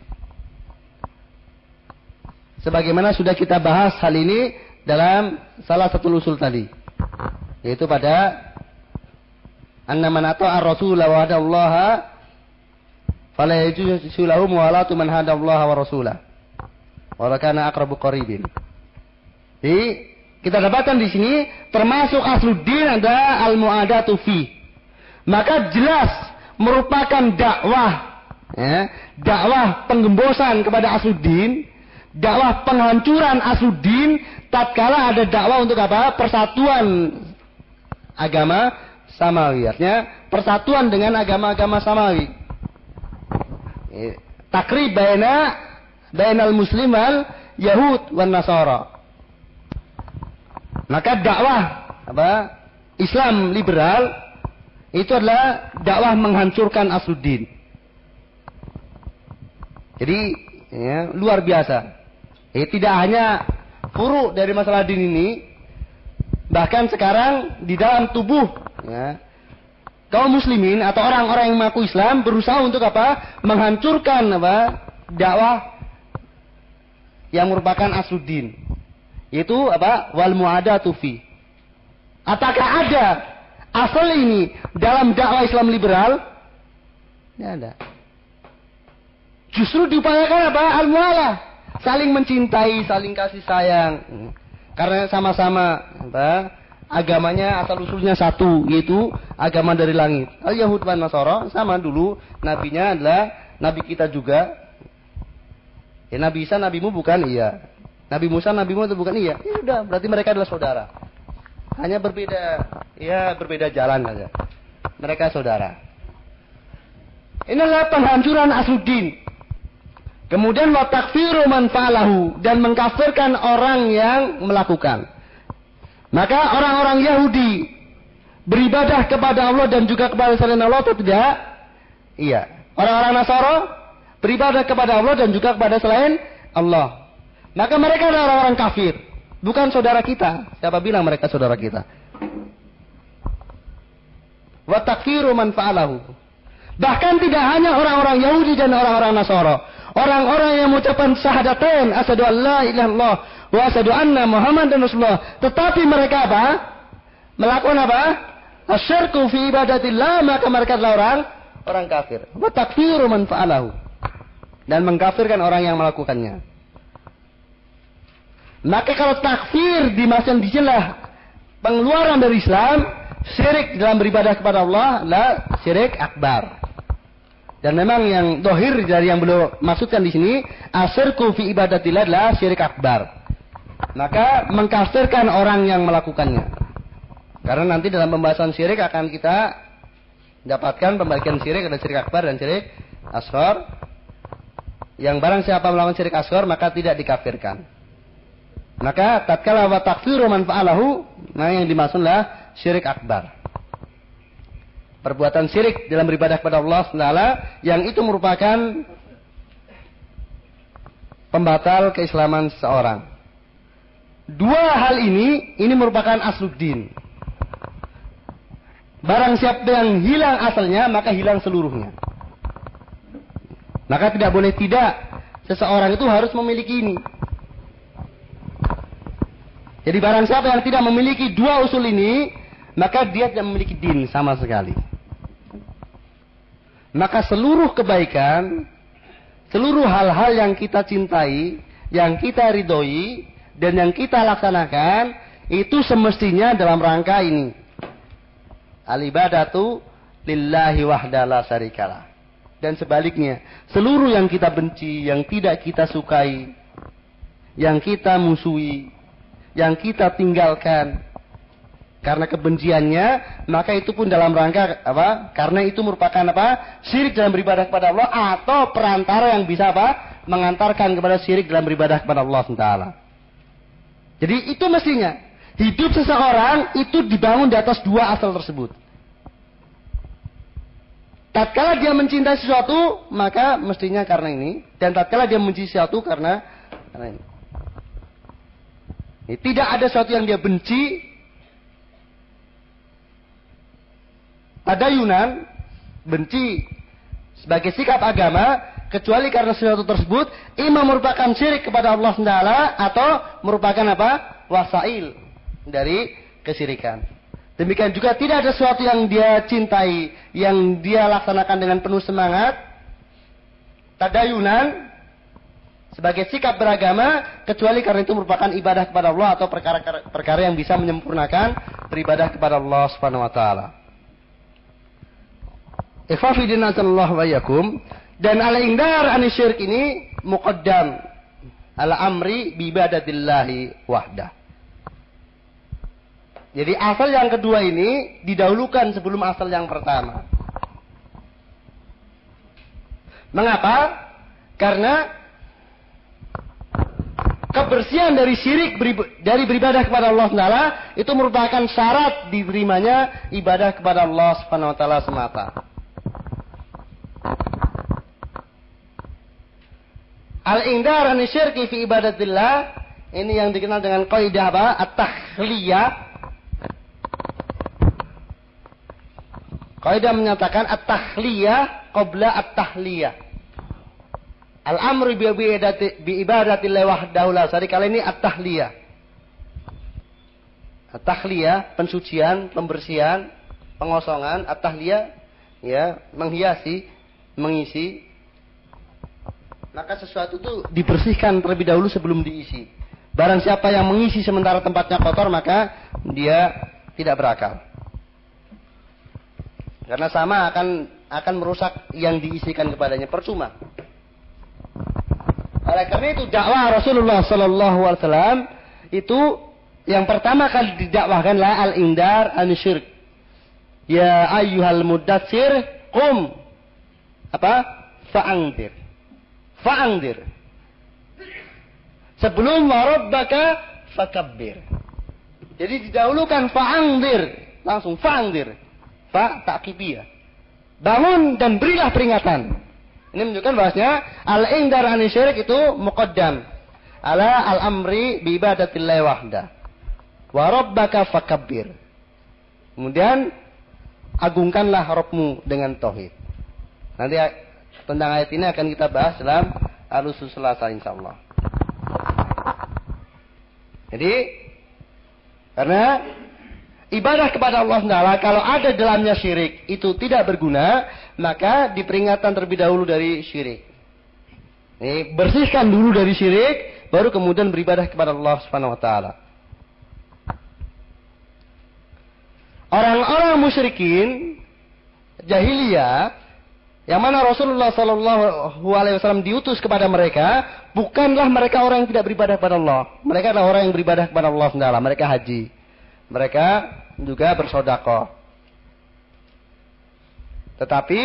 Sebagaimana sudah kita bahas hal ini dalam salah satu usul tadi, yaitu pada anna man ata'a ar-rasula wa hadallaha fala yajuzu lahu muwalatu man hadallaha wa rasulah wa kana aqrabu qaribin. Jadi kita dapatkan di sini termasuk asluddin ada al-mu'adatu fi. Maka jelas merupakan dakwah, ya, dakwah penggembosan kepada asluddin, dakwah penghancuran asluddin tatkala ada dakwah untuk apa? Persatuan agama samawi, artinya persatuan dengan agama-agama samawi. Takrib bainal muslim wal yahud wan nasara. Maka dakwah Islam liberal itu adalah dakwah menghancurkan asluddin. Jadi ya, luar biasa. Tidak hanya furu dari masalah din ini, bahkan sekarang di dalam tubuh ya, kaum muslimin atau orang-orang yang mengaku Islam berusaha untuk apa? Menghancurkan dakwah yang merupakan asluddin. Yaitu apa? Wal mu'adatu fi. Apakah ada asal ini dalam dakwah Islam liberal? Tidak ada. Justru diupayakan apa? Al-mu'alah. Saling mencintai, saling kasih sayang. Karena sama-sama agamanya asal usulnya satu, yaitu agama dari langit. Al-Yahud wan Nasara sama dulu, nabinya adalah nabi kita juga. Ya, Nabi Isa nabimu bukan? Iya. Nabi Musa nabimu itu bukan? Iya. Ya sudah, berarti mereka adalah saudara. Hanya berbeda jalan saja. Mereka saudara. Inilah penghancuran asluddin. Kemudian wa takfiru man fa'alahu, dan mengkafirkan orang yang melakukan. Maka orang-orang Yahudi beribadah kepada Allah dan juga kepada selain Allah atau tidak? Iya. Orang-orang Nasara beribadah kepada Allah dan juga kepada selain Allah. Maka mereka adalah orang-orang kafir, bukan saudara kita. Siapa bilang mereka saudara kita? Wa takfiru man fa'alahu. Bahkan tidak hanya orang-orang Yahudi dan orang-orang Nasara. Orang-orang yang mengucapkan syahadatain, asyhadu an la ilaha illallah wa asyhadu anna Muhammadan Rasulullah. Tetapi mereka apa? Melakukan apa? Asyirku fi ibadatillah, maka mereka adalah orang kafir. Wa takfiru man fa'alahu. Dan mengkafirkan orang yang melakukannya. Maka kalau takfir dimaksudkan di sini pengeluaran dari Islam, syirik dalam beribadah kepada Allah adalah syirik akbar. Dan memang yang dohir dari yang beliau maksudkan di sini, asyirku fi ibadatillah adalah syirik akbar. Maka mengkafirkan orang yang melakukannya. Karena nanti dalam pembahasan syirik akan kita dapatkan pembagian syirik, ada syirik akbar dan syirik asghar. Yang barang siapa melakukan syirik asghar maka tidak dikafirkan. Maka tatkala wa takfiru man fa'alahu, nah yang dimaksudlah syirik akbar. Perbuatan syirik dalam beribadah kepada Allah Taala yang itu merupakan pembatal keislaman seseorang. Dua hal ini merupakan asluddin. Barang siapa yang hilang asalnya, maka hilang seluruhnya. Maka tidak boleh tidak seseorang itu harus memiliki ini. Jadi barang siapa yang tidak memiliki dua usul ini, maka dia tidak memiliki din sama sekali. Maka seluruh kebaikan, seluruh hal-hal yang kita cintai, yang kita ridhoi, dan yang kita laksanakan, itu semestinya dalam rangka ini. Al-ibadatu lillahi wahda la syarikalah. Dan sebaliknya, seluruh yang kita benci, yang tidak kita sukai, yang kita musuhi, yang kita tinggalkan karena kebenciannya, maka itu pun dalam rangka apa? Karena itu merupakan apa? Syirik dalam beribadah kepada Allah, atau perantara yang bisa apa? Mengantarkan kepada syirik dalam beribadah kepada Allah Taala. Jadi itu mestinya hidup seseorang itu dibangun di atas dua asal tersebut. Tatkala dia mencintai sesuatu, maka mestinya karena ini, dan tatkala dia membenci sesuatu karena ini. Tidak ada sesuatu yang dia benci, tadayunan, benci sebagai sikap agama, kecuali karena sesuatu tersebut imam merupakan syirik kepada Allah Taala atau merupakan apa? Wasail dari kesyirikan. Demikian juga tidak ada sesuatu yang dia cintai, yang dia laksanakan dengan penuh semangat, tadayunan sebagai sikap beragama, kecuali karena itu merupakan ibadah kepada Allah atau perkara yang bisa menyempurnakan beribadah kepada Allah Subhanahu wa taala. Ikhwafidin azallahu wa iyyakum. Dan al-indar anisyirk ini muqaddam ala amri bi ibadatillahi wahdah. Jadi asal yang kedua ini didahulukan sebelum asal yang pertama. Mengapa? Karena kebersihan dari syirik dari beribadah kepada Allah Taala itu merupakan syarat diterimanya ibadah kepada Allah Subhanahu wa taala semata. Al-indar anisyirki fi ibadatillah, ini yang dikenal dengan kaidah apa? At-takhliyah. Kaidah menyatakan at-takhliyah qabla at-tahliyah. Al-amru bi ibadatillah wahdahu la syarika lahu, ini at-tahliyah. At-tahliyah, pensucian, pembersihan, pengosongan. At-tahliyah, ya, menghiasi, mengisi. Maka sesuatu itu dibersihkan terlebih dahulu sebelum diisi. Barang siapa yang mengisi sementara tempatnya kotor, maka dia tidak berakal. Karena sama akan merusak yang diisikan kepadanya, percuma. Oleh karena itu dakwah Rasulullah sallallahu alaihi wasallam itu yang pertama kali didakwahkanlah al-indar anisyirk. Ya ayyuhal muddatsir qum fa'angdir. Fa'angdir. Sebelum warabbaka fakabbir. Jadi didahulukan fa'angdir, langsung fa'angdir. Fa ta'kibiyah. Bangun dan berilah peringatan. Ini menunjukkan bahwasanya al-indar anisyirik itu muqaddam ala al-amri bi ibadatillah wahda. Wa rabbaka fakabbir. Kemudian agungkanlah Rabbmu dengan tauhid. Nanti tentang ayat ini akan kita bahas dalam al-usul Selasa insyaallah. Jadi karena ibadah kepada Allah Taala kalau ada dalamnya syirik itu tidak berguna, maka diperingatan terlebih dahulu dari syirik. Bersihkan dulu dari syirik, baru kemudian beribadah kepada Allah Subhanahu wa taala. Orang-orang musyrikin jahiliyah yang mana Rasulullah Sallallahu Alaihi Wasallam diutus kepada mereka, bukanlah mereka orang yang tidak beribadah kepada Allah. Mereka adalah orang yang beribadah kepada Allah Taala. Mereka haji, mereka juga bersedekah. Tetapi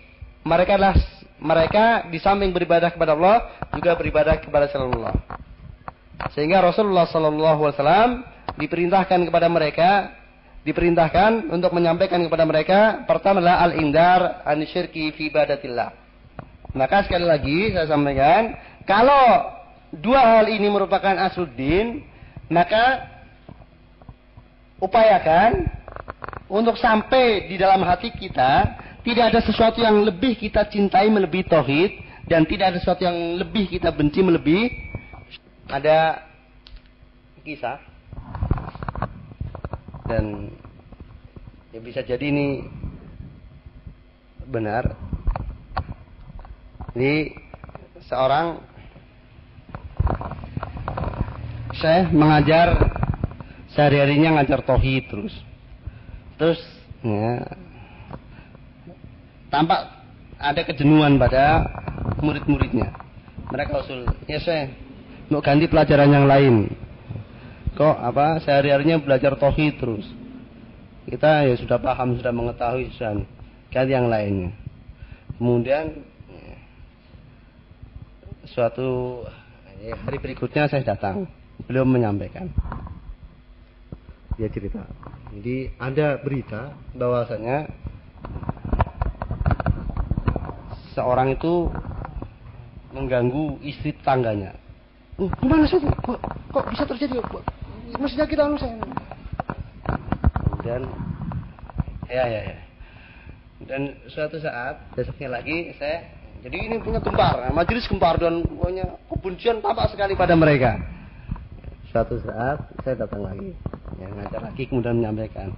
mereka di samping beribadah kepada Allah juga beribadah kepada Allah. Sehingga Rasulullah Sallallahu Alaihi Wasallam diperintahkan untuk menyampaikan kepada mereka, pertama adalah al-indar an syirki fi ibadatillah. Maka sekali lagi saya sampaikan, kalau dua hal ini merupakan asluddin, maka upayakan untuk sampai di dalam hati kita tidak ada sesuatu yang lebih kita cintai melebihi tauhid, dan tidak ada sesuatu yang lebih kita benci melebihi. Ada kisah, dan ya bisa jadi ini benar. Ini seorang syekh mengajar, sehari-harinya ngajar tauhid terus ya, tampak ada kejenuhan pada murid-muridnya. Mereka usul, ya syekh, mau ganti pelajaran yang lain. Kok sehari-harinya belajar tauhid terus. Kita ya sudah paham, sudah mengetahui, sudah ganti yang lainnya. Kemudian suatu hari berikutnya saya datang, beliau menyampaikan. Dia cerita. Jadi ada berita bahwasanya seorang itu mengganggu istri tangganya. Gimana sih? Kok bisa terjadi? Mestinya kita saya. Dan dan suatu saat besoknya lagi jadi ini punya gempar, majelis gempar, dan punya kebencian tampak sekali pada mereka. Suatu saat saya datang lagi, ngajar lagi, kemudian menyampaikan.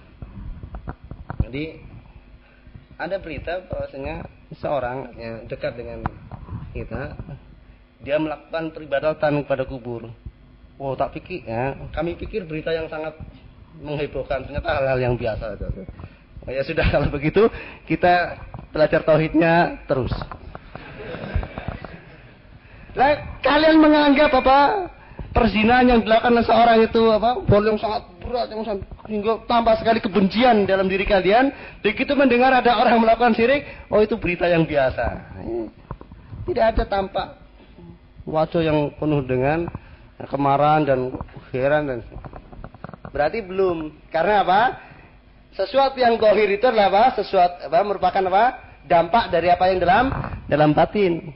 Jadi ada berita bahwasanya seorang yang dekat dengan kita, dia melakukan peribadatan kepada kubur. Oh, kami pikir berita yang sangat menghebohkan, ternyata hal-hal yang biasa. Ya sudah, kalau begitu kita belajar tauhidnya terus. Nah, kalian menganggap perzinahan yang dilakukan oleh seorang itu hal yang sangat berat, yang hingga tambah sekali kebencian dalam diri kalian. Begitu mendengar ada orang melakukan syirik, oh itu berita yang biasa. Tidak ada tampak wajah yang penuh dengan kemarahan dan heran dan berarti belum. Karena sesuatu yang zahir itu adalah sesuatu merupakan dampak dari apa yang dalam batin.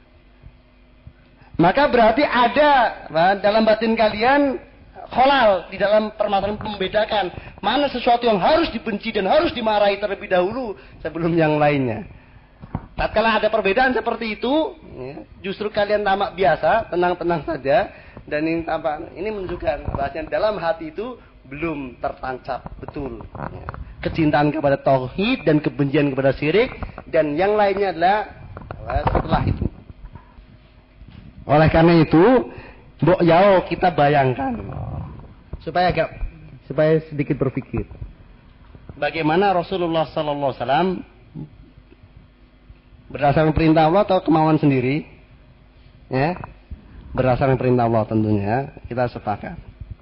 Maka berarti ada dalam batin kalian kholal di dalam permasalahan membedakan mana sesuatu yang harus dibenci dan harus dimarahi terlebih dahulu sebelum yang lainnya. Tatkala ada perbedaan seperti itu, justru kalian tampak biasa, tenang-tenang saja, dan ini menunjukkan bahwasanya dalam hati itu belum tertancap betul kecintaan kepada tauhid dan kebencian kepada syirik, dan yang lainnya adalah setelah itu. Oleh karena itu, kita bayangkan supaya sedikit berpikir bagaimana Rasulullah Sallallahu Alaihi Wasallam berdasarkan perintah Allah atau kemauan sendiri, berdasarkan perintah Allah tentunya kita sepakat.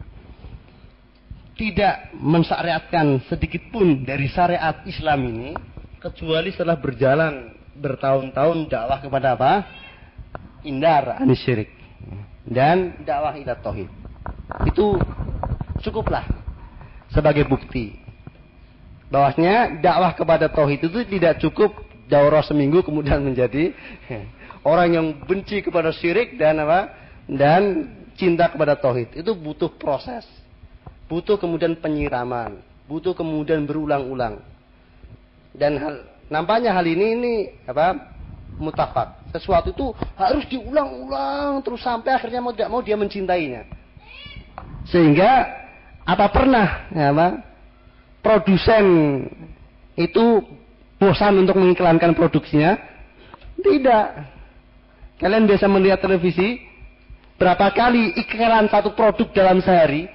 Tidak mensyariatkan sedikit pun dari syariat Islam ini kecuali setelah berjalan bertahun-tahun dakwah kepada indar anis syirik dan dakwah ila tauhid. Itu cukuplah sebagai bukti bahwasanya dakwah kepada tauhid itu tidak cukup daurah seminggu kemudian menjadi orang yang benci kepada syirik dan cinta kepada tauhid. Itu butuh proses. Butuh kemudian penyiraman, butuh kemudian berulang-ulang. Dan nampaknya hal ini mutafak. Sesuatu itu harus diulang-ulang terus sampai akhirnya mau tidak mau dia mencintainya. Sehingga pernah produsen itu bosan untuk mengiklankan produksinya? Tidak. Kalian biasa melihat televisi, berapa kali iklan satu produk dalam sehari?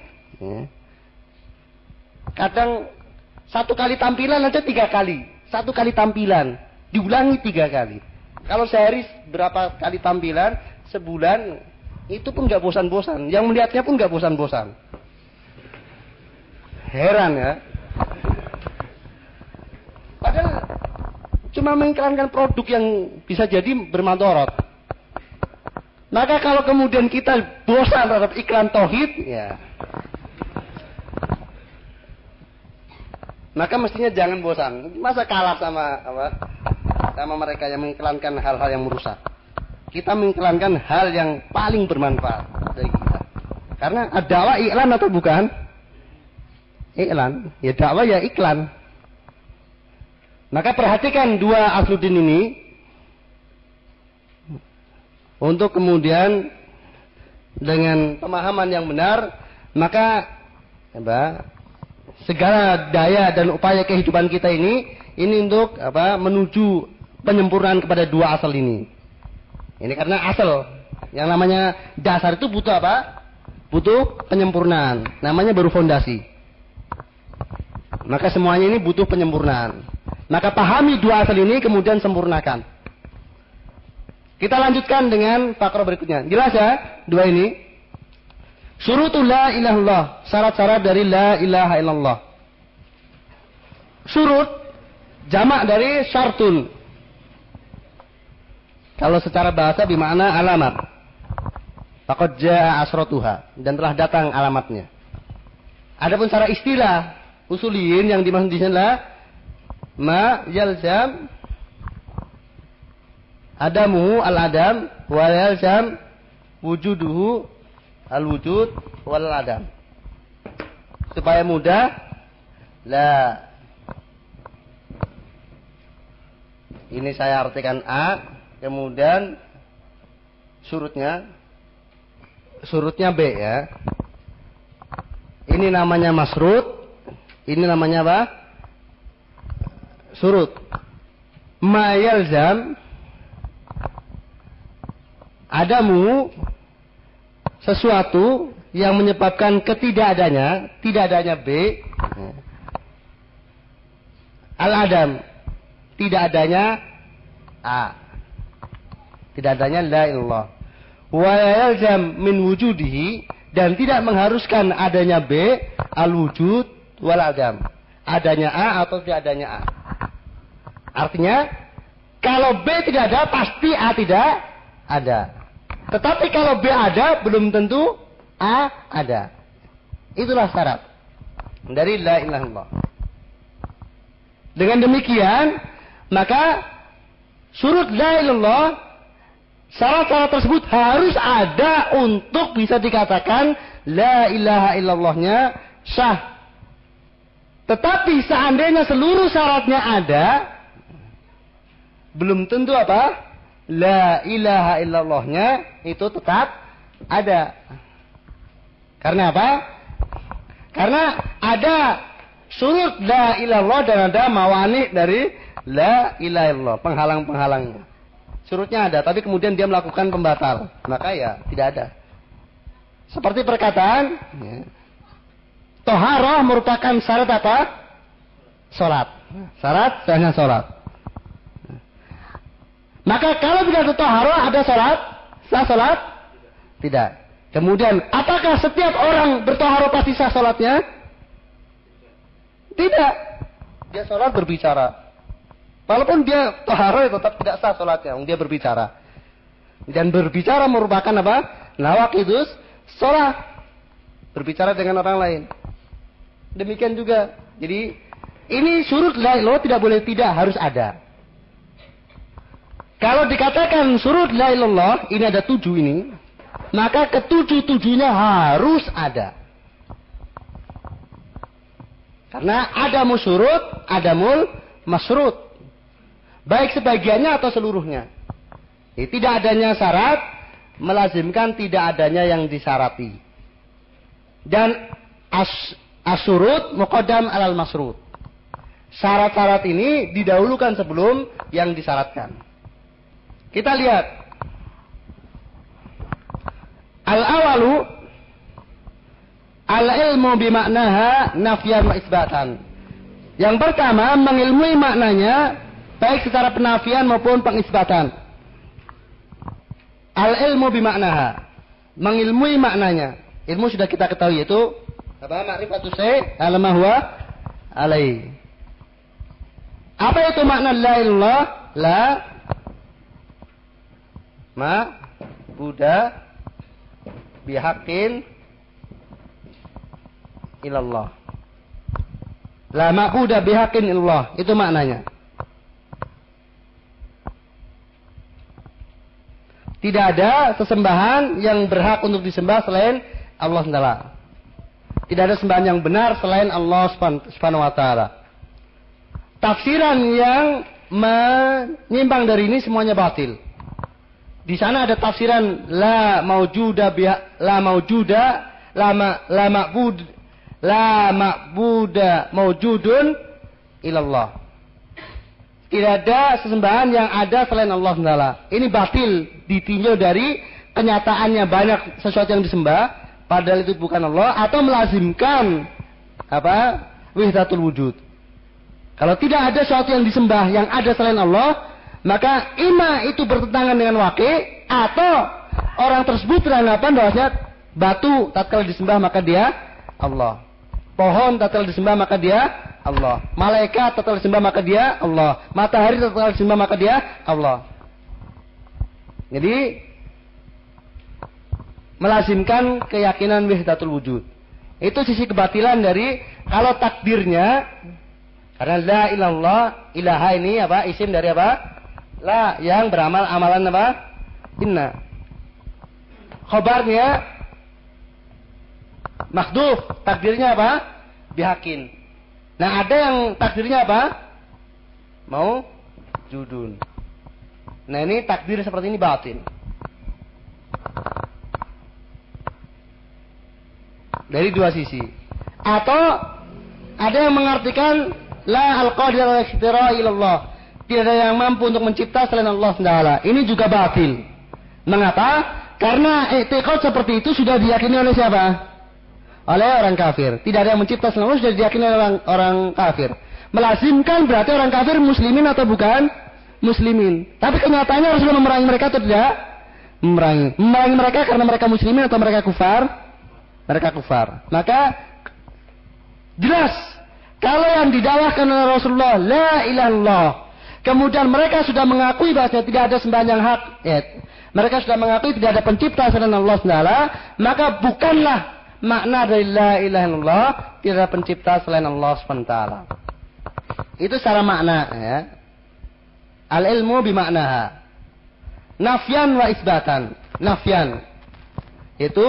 Kadang satu kali tampilan aja 3 kali. Satu kali tampilan. Diulangi 3 kali. Kalau sehari berapa kali tampilan, sebulan, itu pun nggak bosan-bosan. Yang melihatnya pun nggak bosan-bosan. Heran ya. Padahal cuma mengiklankan produk yang bisa jadi bermadharat. Maka kalau kemudian kita bosan terhadap iklan tauhid, ya, maka mestinya jangan bosan. Masa kalah sama sama mereka yang mengiklankan hal-hal yang merusak. Kita mengiklankan hal yang paling bermanfaat bagi kita. Karena dakwah iklan atau bukan? Iklan. Ya dakwah ya iklan. Maka perhatikan 2 asluddin ini untuk kemudian dengan pemahaman yang benar, maka segala daya dan upaya kehidupan kita ini untuk menuju penyempurnaan kepada 2 asal ini. Ini karena asal yang namanya dasar itu butuh apa? Butuh penyempurnaan. Namanya baru fondasi. Maka semuanya ini butuh penyempurnaan. Maka pahami 2 asal ini kemudian sempurnakan. Kita lanjutkan dengan fakra berikutnya. Jelas ya 2 ini? Syurutul la ilaha illallah. Syarat-syarat dari la ilaha illallah. Syurut jamak dari syartun. Kalau secara bahasa bermakna alamat. Faqad jaa asratuha, dan telah datang alamatnya. Adapun secara istilah usuliyin yang dimaksud di sini adalah ma yalzam adamuhu al-adam wa yalzam wujuduhu al-wujud wal adam. Supaya mudah, la, ini saya artikan A, kemudian surutnya B ya. Ini namanya masrut, ini namanya apa? Surut. Ma yalzam adamu, sesuatu yang menyebabkan tidak adanya B. Al-adam, tidak adanya A, tidak adanya la ilallah. Wa yalzam min wujudihi, dan tidak mengharuskan adanya B, al-wujud wal adam, adanya A atau tidak adanya A. Artinya kalau B tidak ada pasti A tidak ada. Tetapi kalau B ada belum tentu A ada. Itulah syarat dari la ilaha illallah. Dengan demikian maka syurut la ilaha illallah, syarat-syarat tersebut harus ada untuk bisa dikatakan la ilaha illallahnya sah. Tetapi seandainya seluruh syaratnya ada, belum tentu apa? La ilaha illallahnya itu tetap ada. Karena apa? Karena ada syurut la ilallah dan ada mawani dari la ilaha illallah, penghalang-penghalangnya. Syurutnya ada, tapi kemudian dia melakukan pembatal, maka ya tidak ada. Seperti perkataan ya, toharoh merupakan syarat apa? Salat. Syarat sahnya salat. Maka kalau tidak ada toharoh, ada salat? Sah salat? Tidak. Kemudian, apakah setiap orang bertoharoh pasti sah salatnya? Tidak. Dia salat berbicara. Walaupun dia toharoh, tetap tidak sah salatnya. Dia berbicara. Dan berbicara merupakan apa? Nawaqidus salat. Berbicara dengan orang lain. Demikian juga. Jadi, ini syurut la ilaha illallah tidak boleh tidak, harus ada. Kalau dikatakan syurut la ilaha illallah, ini ada 7 ini, maka ketujuh-tujuhnya harus ada. Karena ada musyurut, ada mul masrut. Baik sebagiannya atau seluruhnya. Tidak adanya syarat melazimkan tidak adanya yang disyarati. Dan asyurut muqaddam alal masrut. Syarat-syarat ini didahulukan sebelum yang disyaratkan. Kita lihat. Al-awalu al-ilmu bimaknaha nafyan wa isbatan. Yang pertama, mengilmui maknanya baik secara penafian maupun pengisbatan. Al-ilmu bimaknaha, mengilmui maknanya. Ilmu sudah kita ketahui, yaitu apa? Ma'rifatus syai' ala ma huwa alai. Apa itu makna la ilallah? La ma'buda bihaqqin ilallah. La ma'buda bihaqqin ilallah, itu maknanya. Tidak ada sesembahan yang berhak untuk disembah selain Allah SWT. Tidak ada sembahan yang benar selain Allah Subhanahu wa taala. Tafsiran yang menyimpang dari ini semuanya batil. Di sana ada tafsiran la ma'buda maujudun ilallah. Tidak ada sesembahan yang ada selain Allah SWT. Ini batil, ditinjau dari kenyataannya banyak sesuatu yang disembah, padahal itu bukan Allah, atau melazimkan apa? Wahdatul wujud. Kalau tidak ada sesuatu yang disembah yang ada selain Allah, maka ima itu bertentangan dengan waqi', atau orang tersebut beranggapan bahwasanya batu tatkala disembah maka dia Allah. Pohon tatkala disembah maka dia Allah. Malaikat tatkala disembah maka dia Allah. Matahari tatkala disembah maka dia Allah. Jadi melazimkan keyakinan wahdatul wujud. Itu sisi kebatilan dari kalau takdirnya, karena la ilallah, ilaha ini apa? Isim dari apa? La, yang beramal amalan apa? Inna. Khobarnya makhduf, takdirnya apa? Bihakin. Nah, ada yang takdirnya apa? Mau judun. Nah, ini takdir seperti ini batin. Dari dua sisi. Atau ada yang mengartikan la al-qadir al-ikhtira ilallah. Tidak ada yang mampu untuk mencipta selain Allah SWT. Ini juga batil. Mengapa? Karena i'tiqad seperti itu sudah diyakini oleh siapa? Oleh orang kafir. Tidak ada yang mencipta selain Allah, sudah diyakini oleh orang kafir. Melazimkan berarti orang kafir muslimin atau bukan? Muslimin. Tapi kenyataannya Rasulullah memerangi mereka atau tidak? Memerangi. Memerangi mereka karena mereka muslimin atau mereka kufar? Mereka kufar. Maka jelas kalau yang didakwahkan oleh Rasulullah la ilaha illallah, kemudian mereka sudah mengakui bahwa tidak ada sembahan yang hak, mereka sudah mengakui tidak ada pencipta selain Allah SWT, maka bukanlah makna dari la ilaha illallah tidak ada pencipta selain Allah SWT. Itu secara makna, ya. Al ilmu bimaknaha. Nafyan wa isbatan. Nafyan itu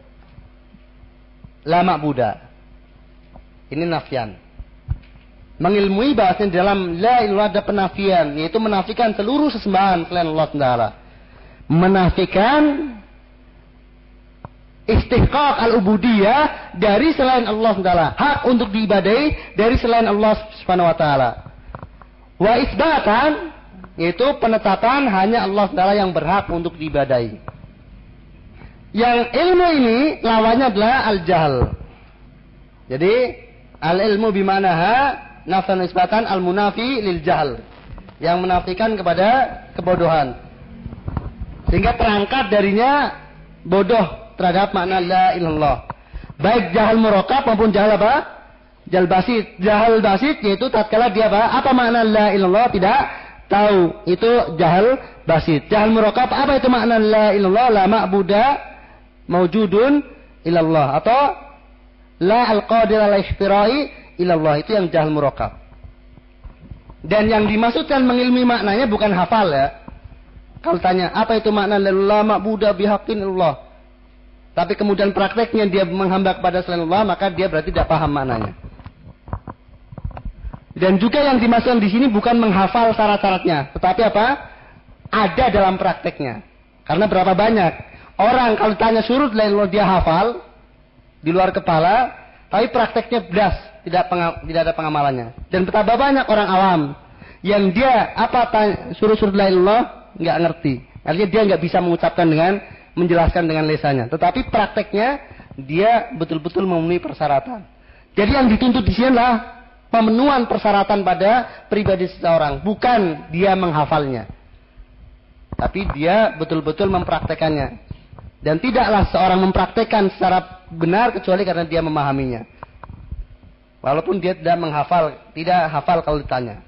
la ma'buda. Ini nafyan. Mengilmui bahasanya dalam la ilallah ada penafian, yaitu menafikan seluruh sesembahan selain Allah SWT. Menafikan istihqaq al-ubudiyah dari selain Allah SWT. Hak untuk diibadahi dari selain Allah SWT. Wa isbatan, yaitu penetapan hanya Allah SWT yang berhak untuk diibadahi. Yang ilmu ini lawannya adalah al-jahl. Jadi al-ilmu bimanaha nafsan isbatan al-munafi lil jahl, yang menafikan kepada kebodohan, sehingga terangkat darinya bodoh terhadap makna la ilallah. Baik jahal murakab maupun jahal apa? Jahal basit. Jahal basit yaitu tatkala dia apa makna la ilallah tidak tahu, itu jahal basit. Jahal murakab apa itu makna la ilallah? La ma'buda maujudun ilallah, atau la al-qadir al-ikhtira'i ilallah, itu yang jahal murakab. Dan yang dimaksudkan mengilmi maknanya bukan hafal, ya. Kalau tanya apa itu makna la ma'buda bihaqqin ilallah, tapi kemudian prakteknya dia menghamba kepada selain Allah, maka dia berarti tidak paham maknanya. Dan juga yang dimaksudkan di sini bukan menghafal syarat-syaratnya, tetapi apa? Ada dalam prakteknya. Karena berapa banyak orang kalau tanya surut la ilallah dia hafal di luar kepala, tapi prakteknya beras, tidak ada pengamalannya. Dan betapa banyak orang awam yang dia surut la ilallah nggak ngerti. Artinya dia nggak bisa mengucapkan dengan menjelaskan dengan lisannya. Tetapi prakteknya dia betul-betul memenuhi persyaratan. Jadi yang dituntut di sini adalah pemenuhan persyaratan pada pribadi seseorang, bukan dia menghafalnya, tapi dia betul-betul mempraktekannya. Dan tidaklah seorang mempraktekkan secara benar kecuali karena dia memahaminya, walaupun dia tidak hafal kalau ditanya.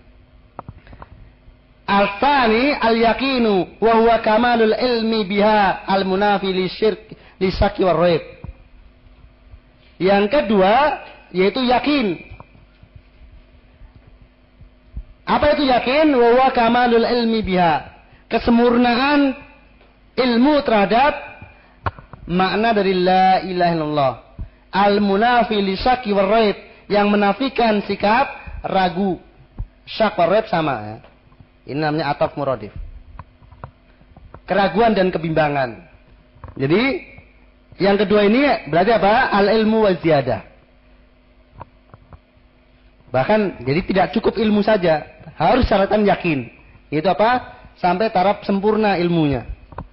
Al-thani al-yaqinu wa huwa kamalul ilmi biha al-munafi li syakki war raib. Yang kedua yaitu yakin. Apa itu yakin? Wa huwa kamalul ilmi biha, kesempurnaan ilmu terhadap makna dari la ilaha illallah. Al-munafi li syakki war raib, yang menafikan sikap ragu. Syak war raib sama ya. Ini namanya ataf muradif. Keraguan dan kebimbangan. Jadi yang kedua ini berarti apa? Al-ilmu wa ziyadah. Bahkan jadi tidak cukup ilmu saja, harus syaratan yakin. Itu apa? Sampai taraf sempurna ilmunya.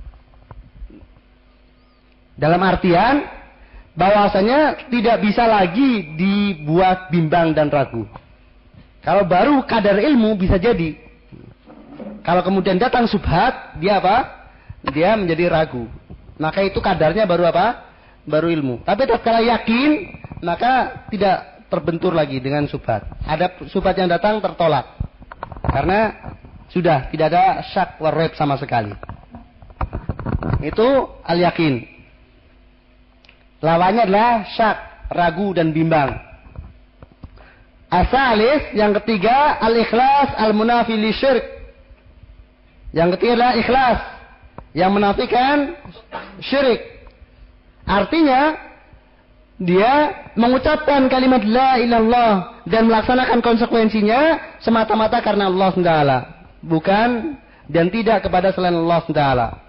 Dalam artian bahwasanya tidak bisa lagi dibuat bimbang dan ragu. Kalau baru kadar ilmu bisa jadi. Kalau kemudian datang subhat, dia apa? Dia menjadi ragu. Maka itu kadarnya baru apa? Baru ilmu. Tapi tatkala yakin, maka tidak terbentur lagi dengan subhat. Ada subhat yang datang tertolak. Karena sudah tidak ada syak war raib sama sekali. Itu al-yakin. Lawannya adalah syak, ragu dan bimbang. Asalis, yang ketiga, al-ikhlas al-munafi li syirk. Yang ketiga adalah ikhlas, yang menafikan syirik. Artinya dia mengucapkan kalimat la ilaha illallah dan melaksanakan konsekuensinya semata-mata karena Allah SWT, bukan dan tidak kepada selain Allah SWT.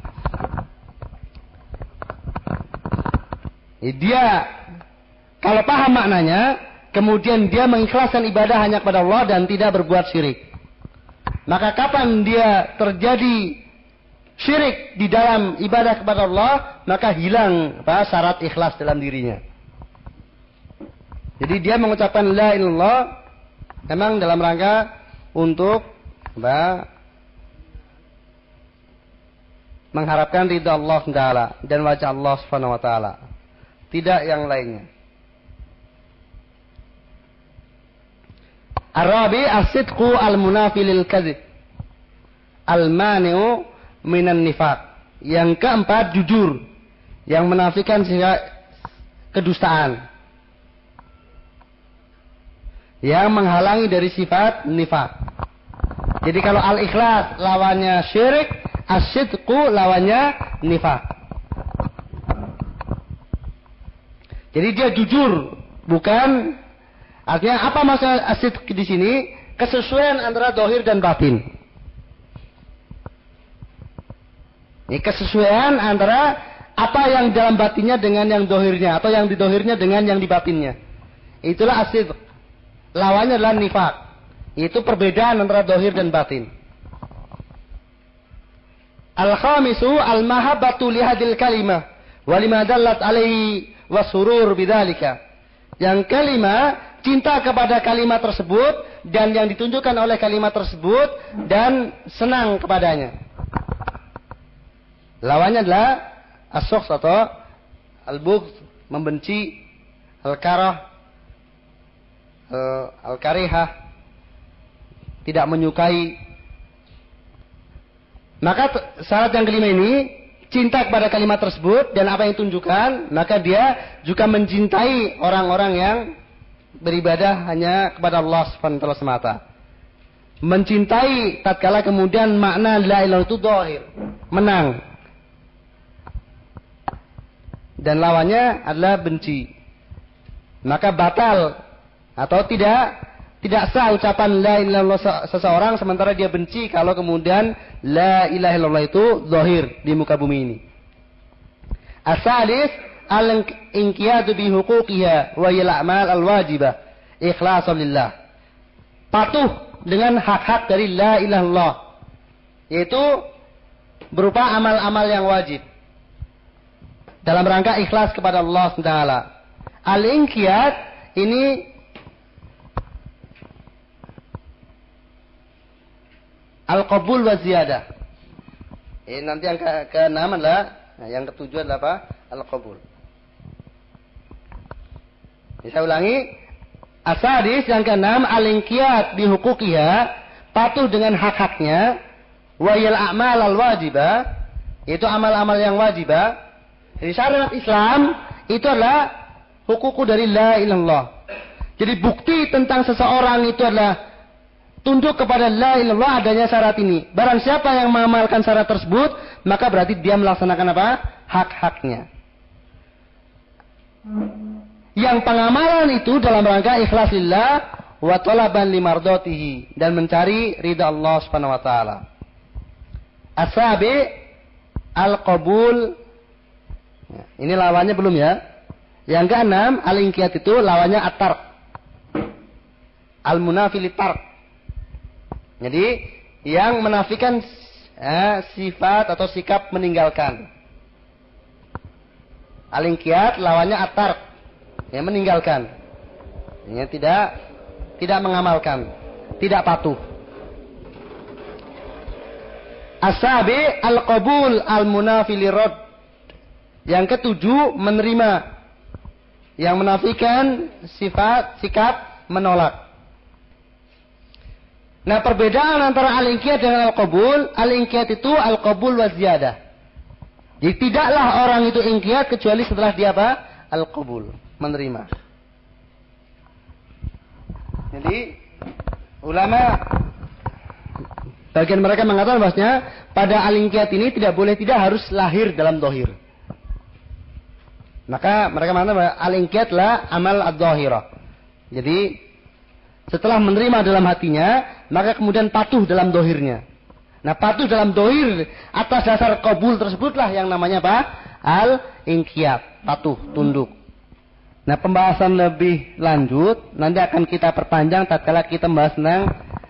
Dia kalau paham maknanya, kemudian dia mengikhlaskan ibadah hanya kepada Allah dan tidak berbuat syirik. Maka kapan dia terjadi syirik di dalam ibadah kepada Allah, maka hilang syarat ikhlas dalam dirinya. Jadi dia mengucapkan la ilaha illallah memang dalam rangka untuk mengharapkan ridha Allah Taala dan wajah Allah Subhanahu wa taala. Tidak yang lainnya. Ar-rabi as-sidqu al-munafi lil kadzib. Al-mani'u minan nifaq. Yang keempat jujur, yang menafikan kedustaan. Yang menghalangi dari sifat nifaq. Jadi kalau al-ikhlas lawannya syirik, as-sidqu lawannya nifaq. Jadi dia jujur, bukan. Artinya apa maksud as-sidq di sini? Kesesuaian antara zahir dan batin. Ini kesesuaian antara apa yang dalam batinnya dengan yang zahirnya, atau yang di zahirnya dengan yang di batinnya. Itulah as-sidq. Lawannya adalah nifaq. Itu perbedaan antara zahir dan batin. Al-khamisu al-mahabbatu li hadil kalimah wa lima dallat alaihi wa surur bidzalika. Yang kelima, cinta kepada kalimat tersebut dan yang ditunjukkan oleh kalimat tersebut dan senang kepadanya. Lawannya adalah as-sukhs atau al-bughd, membenci, al-karah, al-karihah, tidak menyukai. Maka syarat yang kelima ini, cinta kepada kalimat tersebut dan apa yang ditunjukkan, maka dia juga mencintai orang-orang yang beribadah hanya kepada Allah Subhanahu wa taala semata. Mencintai tatkala kemudian makna la ilaha illallah itu zahir, menang. Dan lawannya adalah benci. Maka batal atau tidak sah ucapan la ilaha illallah seseorang sementara dia benci kalau kemudian la ilaha illallah itu zahir di muka bumi ini. As-salis al-inqiyadu bi huquqiha wa yal a'mal al-wajibah ikhlasan lillah. Patuh dengan hak-hak dari la ilaha illallah, yaitu berupa amal-amal yang wajib dalam rangka ikhlas kepada Allah SWT. Al-inqiyad ini al-qabul wa ziyadah. Ini nanti yang ke-6 adalah, yang ke-7 adalah apa? Al-qabul. Saya ulangi. As-sadis yang ke-6, al-inqiyad bi huquqiha, patuh dengan hak-haknya, wa yal a'mal al-wajibah, yaitu amal-amal yang wajibah. Jadi syariat Islam itu adalah hukuku dari la ilallah. Jadi bukti tentang seseorang itu adalah tunduk kepada la ilallah adanya syarat ini. Barang siapa yang mengamalkan syarat tersebut, maka berarti dia melaksanakan apa? Hak-haknya. Yang pengamalan itu dalam rangka ikhlas lillah wa talaban limardatihi, dan mencari ridha Allah Subhanahu wa taala. As-sabi al-qabul. Ini lawannya belum ya? Yang ke-6, al-inqiyad itu lawannya at-tark. Al-munafi lit-tark. Jadi yang menafikan sifat atau sikap meninggalkan. Al-inqiyad lawannya at-tark. Yang meninggalkan. Yang tidak mengamalkan, tidak patuh. As-sabi al-qabul al-munafi lirad. Yang ke-7 menerima, yang menafikan sifat sikap menolak. Nah, perbedaan antara al-inqiyad dengan al-qabul itu al-qabul wa ziyadah. Jadi tidaklah orang itu inqiyad kecuali setelah dia apa? Al-qabul, menerima. Jadi ulama bagian mereka mengatakan bahwasanya pada al-inqiyad ini tidak harus lahir dalam dohir. Maka mereka mengatakan bahwa al-inqiyad lah amal ad-dhahirah. Jadi setelah menerima dalam hatinya, maka kemudian patuh dalam dohirnya. Nah, patuh dalam dohir atas dasar qabul tersebutlah yang namanya apa? Al-inqiyad, patuh, tunduk. Nah, pembahasan lebih lanjut nanti akan kita perpanjang tatkala kita membahas tentang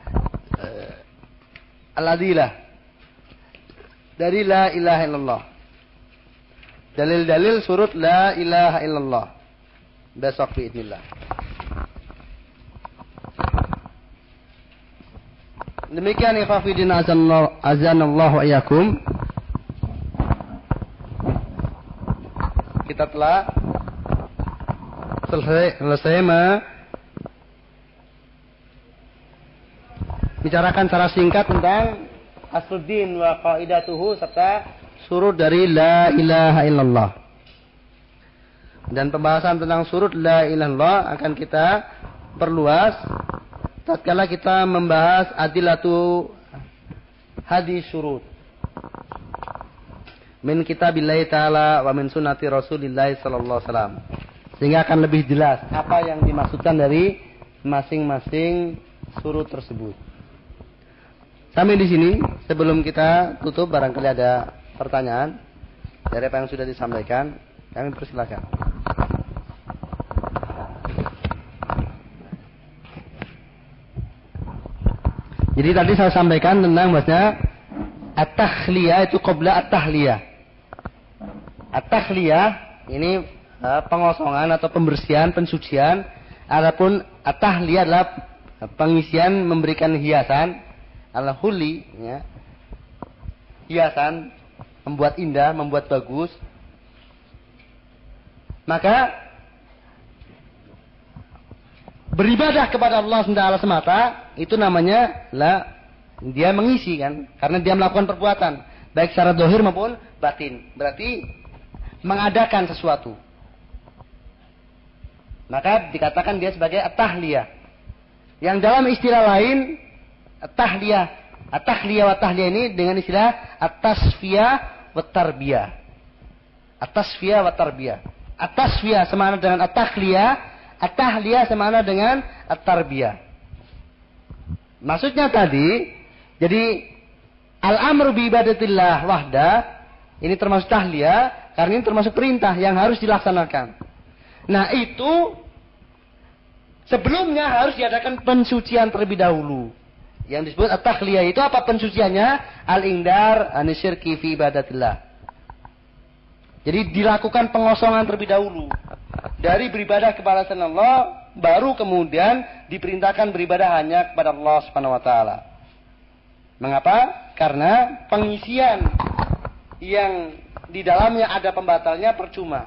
al-adilah dari la ilaha illallah. Dalil-dalil surut la ilaha illallah. Besok biidznillah. Demikian ikhwafidin azanallahu wa iyyakum. Kita telah selesai bicarakan secara singkat tentang asluddin wa qaidatuhu serta surut dari la ilaha illallah. Dan pembahasan tentang surut la ilaha illallah akan kita perluas tatkala kita membahas adilatu hadis surut min kitabillahi ta'ala wa min sunnati rasulillahi sallallahu alaihi wasallam, sehingga akan lebih jelas apa yang dimaksudkan dari masing-masing surut tersebut. Sampai di sini, sebelum kita tutup barangkali ada pertanyaan dari apa yang sudah disampaikan, kami persilakan. Jadi tadi saya sampaikan tentang bahasanya at-takhliyah itu qabla at-tahliyah. At-takhliyah ini pengosongan atau pembersihan, pensucian. Adapun at-tahliyah adalah pengisian, memberikan hiasan, al-huli, ya. Hiasan, membuat indah, membuat bagus. Maka beribadah kepada Allah SWT semata itu namanya dia mengisi kan, karena dia melakukan perbuatan baik secara dohir maupun batin, berarti mengadakan sesuatu, maka dikatakan dia sebagai at-tahliyah. Yang dalam istilah lain at-tahliyah wa tahliyah ini dengan istilah at-tasfiyah wa tarbiyah. At-tasfiyah wa tarbiyah. At-tasfiyah sama dengan at-tahliyah. At-tahliyah sama dengan at-tarbiyah. Maksudnya tadi, jadi al-amru bi ibadatillah wahda ini termasuk tahliyah karena ini termasuk perintah yang harus dilaksanakan. Nah, itu sebelumnya harus diadakan pensucian terlebih dahulu. Yang disebut at-tahliyah itu apa pensuciannya? Al-indar anisyirki fi ibadatillah. Jadi dilakukan pengosongan terlebih dahulu dari beribadah kepada Allah, baru kemudian diperintahkan beribadah hanya kepada Allah Subhanahu wa taala. Mengapa? Karena pengisian yang di dalamnya ada pembatalnya percuma.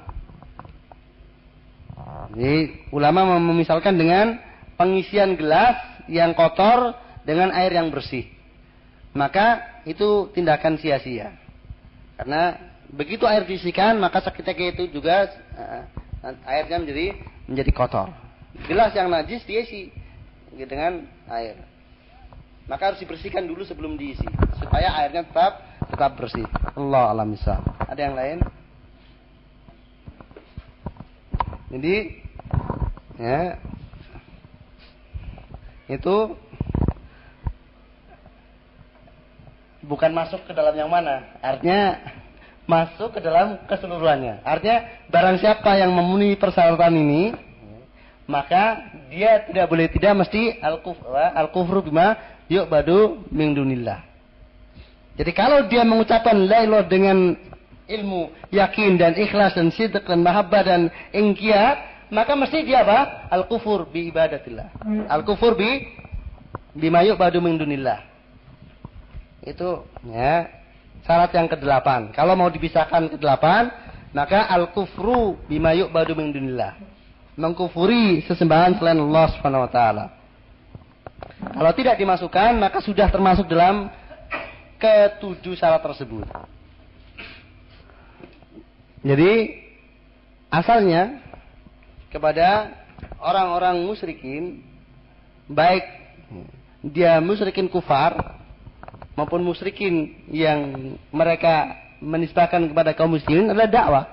Jadi ulama memisalkan dengan pengisian gelas yang kotor dengan air yang bersih. Maka itu tindakan sia-sia. Karena begitu air diisikan, maka seketika itu juga airnya menjadi kotor. Gelas yang najis diisi dengan air. Maka harus dibersihkan dulu sebelum diisi supaya airnya tetap bersih. Allah alam misal. Ada yang lain? Jadi ya itu bukan masuk ke dalam yang mana, artinya masuk ke dalam keseluruhannya. Artinya barang siapa yang memenuhi persyaratan ini, maka dia tidak boleh tidak mesti al-kufru bima yu'badu min dunillah. Jadi kalau dia mengucapkan la ilaha dengan ilmu, yakin dan ikhlas dan sidq dan mahabbah dan ingkiyat, maka mesti dia apa? Al-kufur bi ibadatillah. Al-kufur bima yu'badu min dunillah. Itu ya syarat yang ke-8. Kalau mau dipisahkan ke-8, maka al-kufru bima yu'badu min dunillah. Mengkufuri sesembahan selain Allah Subhanahu wa taala. Kalau tidak dimasukkan, maka sudah termasuk dalam ke-7 syarat tersebut. Jadi asalnya kepada orang-orang musyrikin, baik dia musyrikin kufar maupun musyrikin yang mereka menisbahkan kepada kaum muslimin adalah dakwah.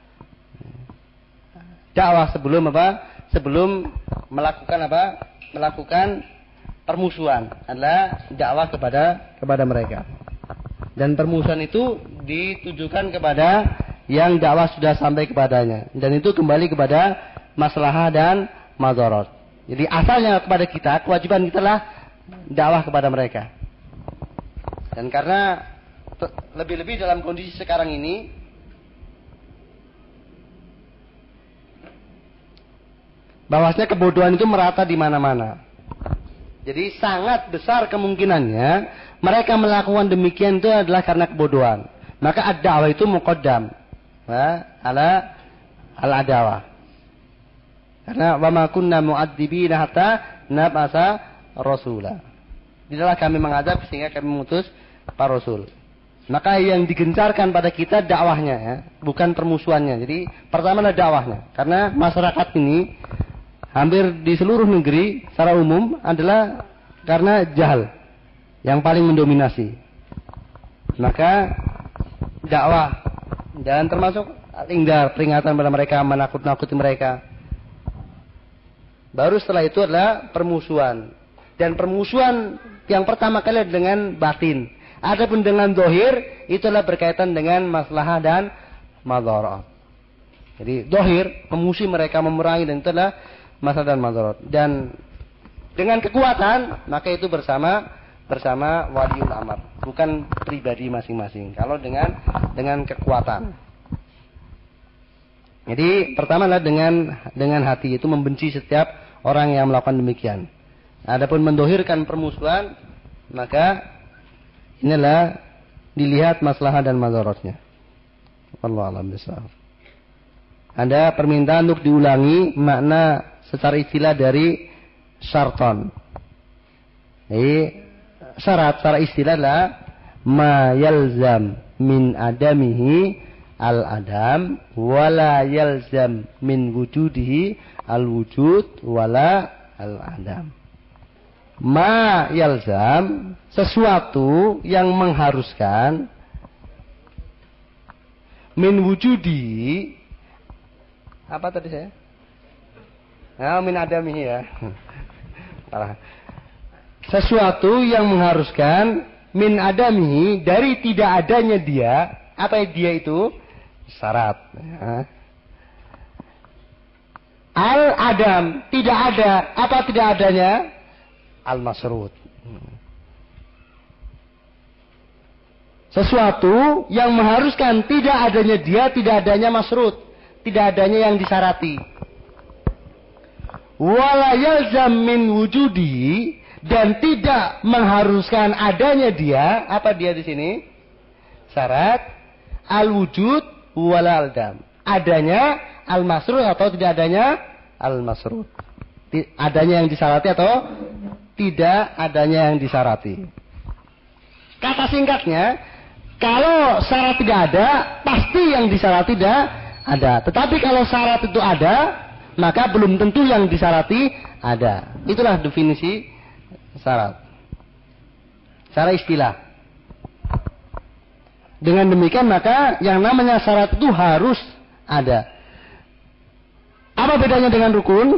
Dakwah sebelum apa? Sebelum melakukan permusuhan adalah dakwah kepada mereka. Dan permusuhan itu ditujukan kepada yang dakwah sudah sampai kepadanya, dan itu kembali kepada maslahah dan madarat. Jadi asalnya kepada kita, kewajiban kita lah dakwah kepada mereka. Dan karena lebih-lebih dalam kondisi sekarang ini, bahwasanya kebodohan itu merata di mana-mana. Jadi sangat besar kemungkinannya mereka melakukan demikian itu adalah karena kebodohan. Maka ad-da'wah itu muqaddam ala al-adawah. Karena wa ma kunna mu'adzibina hatta nab'atsa rasula. Tidaklah kami mengadab sehingga kami mengutus para rasul. Maka yang digencarkan pada kita dakwahnya, ya, bukan permusuhannya. Jadi pertama adalah dakwahnya. Karena masyarakat ini hampir di seluruh negeri secara umum adalah karena jahal yang paling mendominasi. Maka dakwah dan termasuk tinggal peringatan pada mereka, menakut-nakuti mereka. Baru setelah itu adalah permusuhan. Dan permusuhan yang pertama kali dengan batin. Adapun dengan zahir itu adalah berkaitan dengan maslahah dan madarat. Jadi zahir memusuhi mereka, memerangi, dan itu adalah masalah dan madarat. Dan dengan kekuatan maka itu bersama waliul amr, bukan pribadi masing-masing. Kalau dengan kekuatan. Jadi pertama adalah dengan hati, itu membenci setiap orang yang melakukan demikian. Adapun mendohirkan permusuhan, maka inilah dilihat maslahah dan madaratnya. Wallahu a'lam bishawab. Ada permintaan untuk diulangi makna secara istilah dari syarton. Jadi syarat secara istilah adalah ma yalzam min adamihi al-adam wala yalzam min wujudihi al-wujud wala al-adam. Ma yalzam, sesuatu yang mengharuskan, min wujudi, apa tadi saya? Min adamihi ya. Sesuatu yang mengharuskan min adamihi, dari tidak adanya dia. Apa dia itu? Syarat. Ya. Al-adam, tidak ada. Apa tidak adanya? Al-masrut. Sesuatu yang mengharuskan tidak adanya dia, tidak adanya masrut, tidak adanya yang disyarati. Wala yalzam min wujudi, dan tidak mengharuskan adanya dia, apa dia di sini? Syarat al-wujud wal aldam. Adanya al-masrut atau tidak adanya al-masrut. Adanya yang disyarat atau tidak adanya yang disyarat. Kata singkatnya, kalau syarat tidak ada, pasti yang disyarat tidak ada. Tetapi kalau syarat itu ada, maka belum tentu yang disyarati ada. Itulah definisi syarat. Secara istilah. Dengan demikian maka yang namanya syarat itu harus ada. Apa bedanya dengan rukun?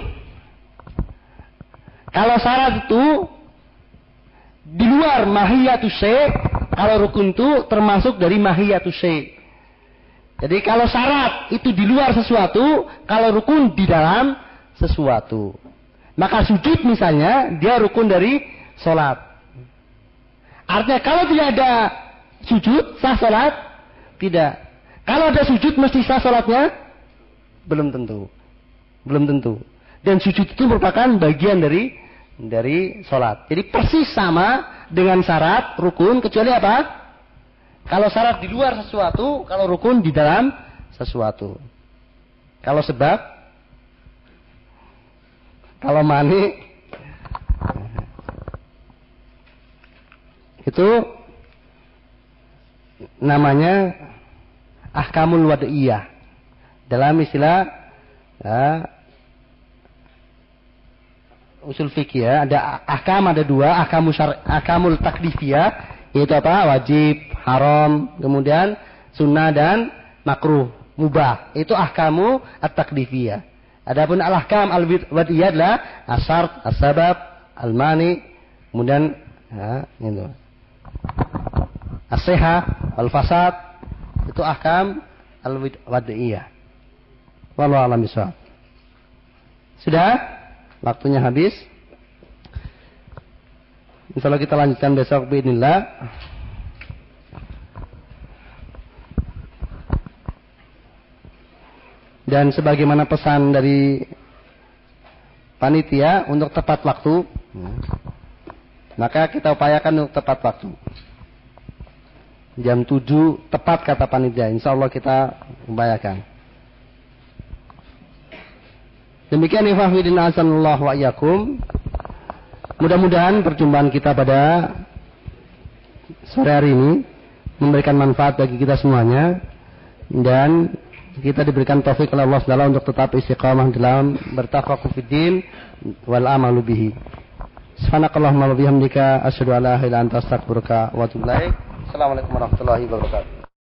Kalau syarat itu di luar mahiyatus syai', kalau rukun itu termasuk dari mahiyatus syai'. Jadi kalau syarat itu di luar sesuatu, kalau rukun di dalam sesuatu. Maka sujud misalnya, dia rukun dari sholat. Artinya kalau tidak ada sujud, sah sholat? Tidak. Kalau ada sujud, mesti sah sholatnya? Belum tentu. Belum tentu. Dan sujud itu merupakan bagian dari sholat. Jadi persis sama dengan syarat rukun, kecuali apa? Kalau syarat di luar sesuatu, kalau rukun di dalam sesuatu. Kalau sebab, kalau mani, itu namanya ahkamul wad'iyah. Dalam istilah usul fikih ya, ada ahkam, ada dua, ahkamul taklifiyah, yaitu apa? Wajib, haram, kemudian sunnah dan makruh, mubah. Itu ahkamu at-taklifiyah. Adapun al-ahkam al-wad'iyah adalah as-syart, as-sabab, al-mani, kemudian itu. As-sihah, al-fasad, itu ahkam al-wad'iyah. Wallahu a'lam bishawab. Sudah? Waktunya habis. Insyaallah kita lanjutkan besok biidznillah. Dan sebagaimana pesan dari panitia untuk tepat waktu, maka kita upayakan untuk tepat waktu. Jam 7 tepat kata panitia. Insyaallah kita upayakan. Demikian ifahwidin asanullah wa iyyakum. Mudah-mudahan perjumpaan kita pada sore hari ini memberikan manfaat bagi kita semuanya, dan kita diberikan taufik oleh Allah Subhanahu untuk tetap istiqamah dalam bertafaqquh fiddin wal amalu bihi. Subhanakallahumma wa bihamdika asyhadu an la ilaha illa anta astaghfiruka wa atubu ilaik. Assalamualaikum warahmatullahi wabarakatuh.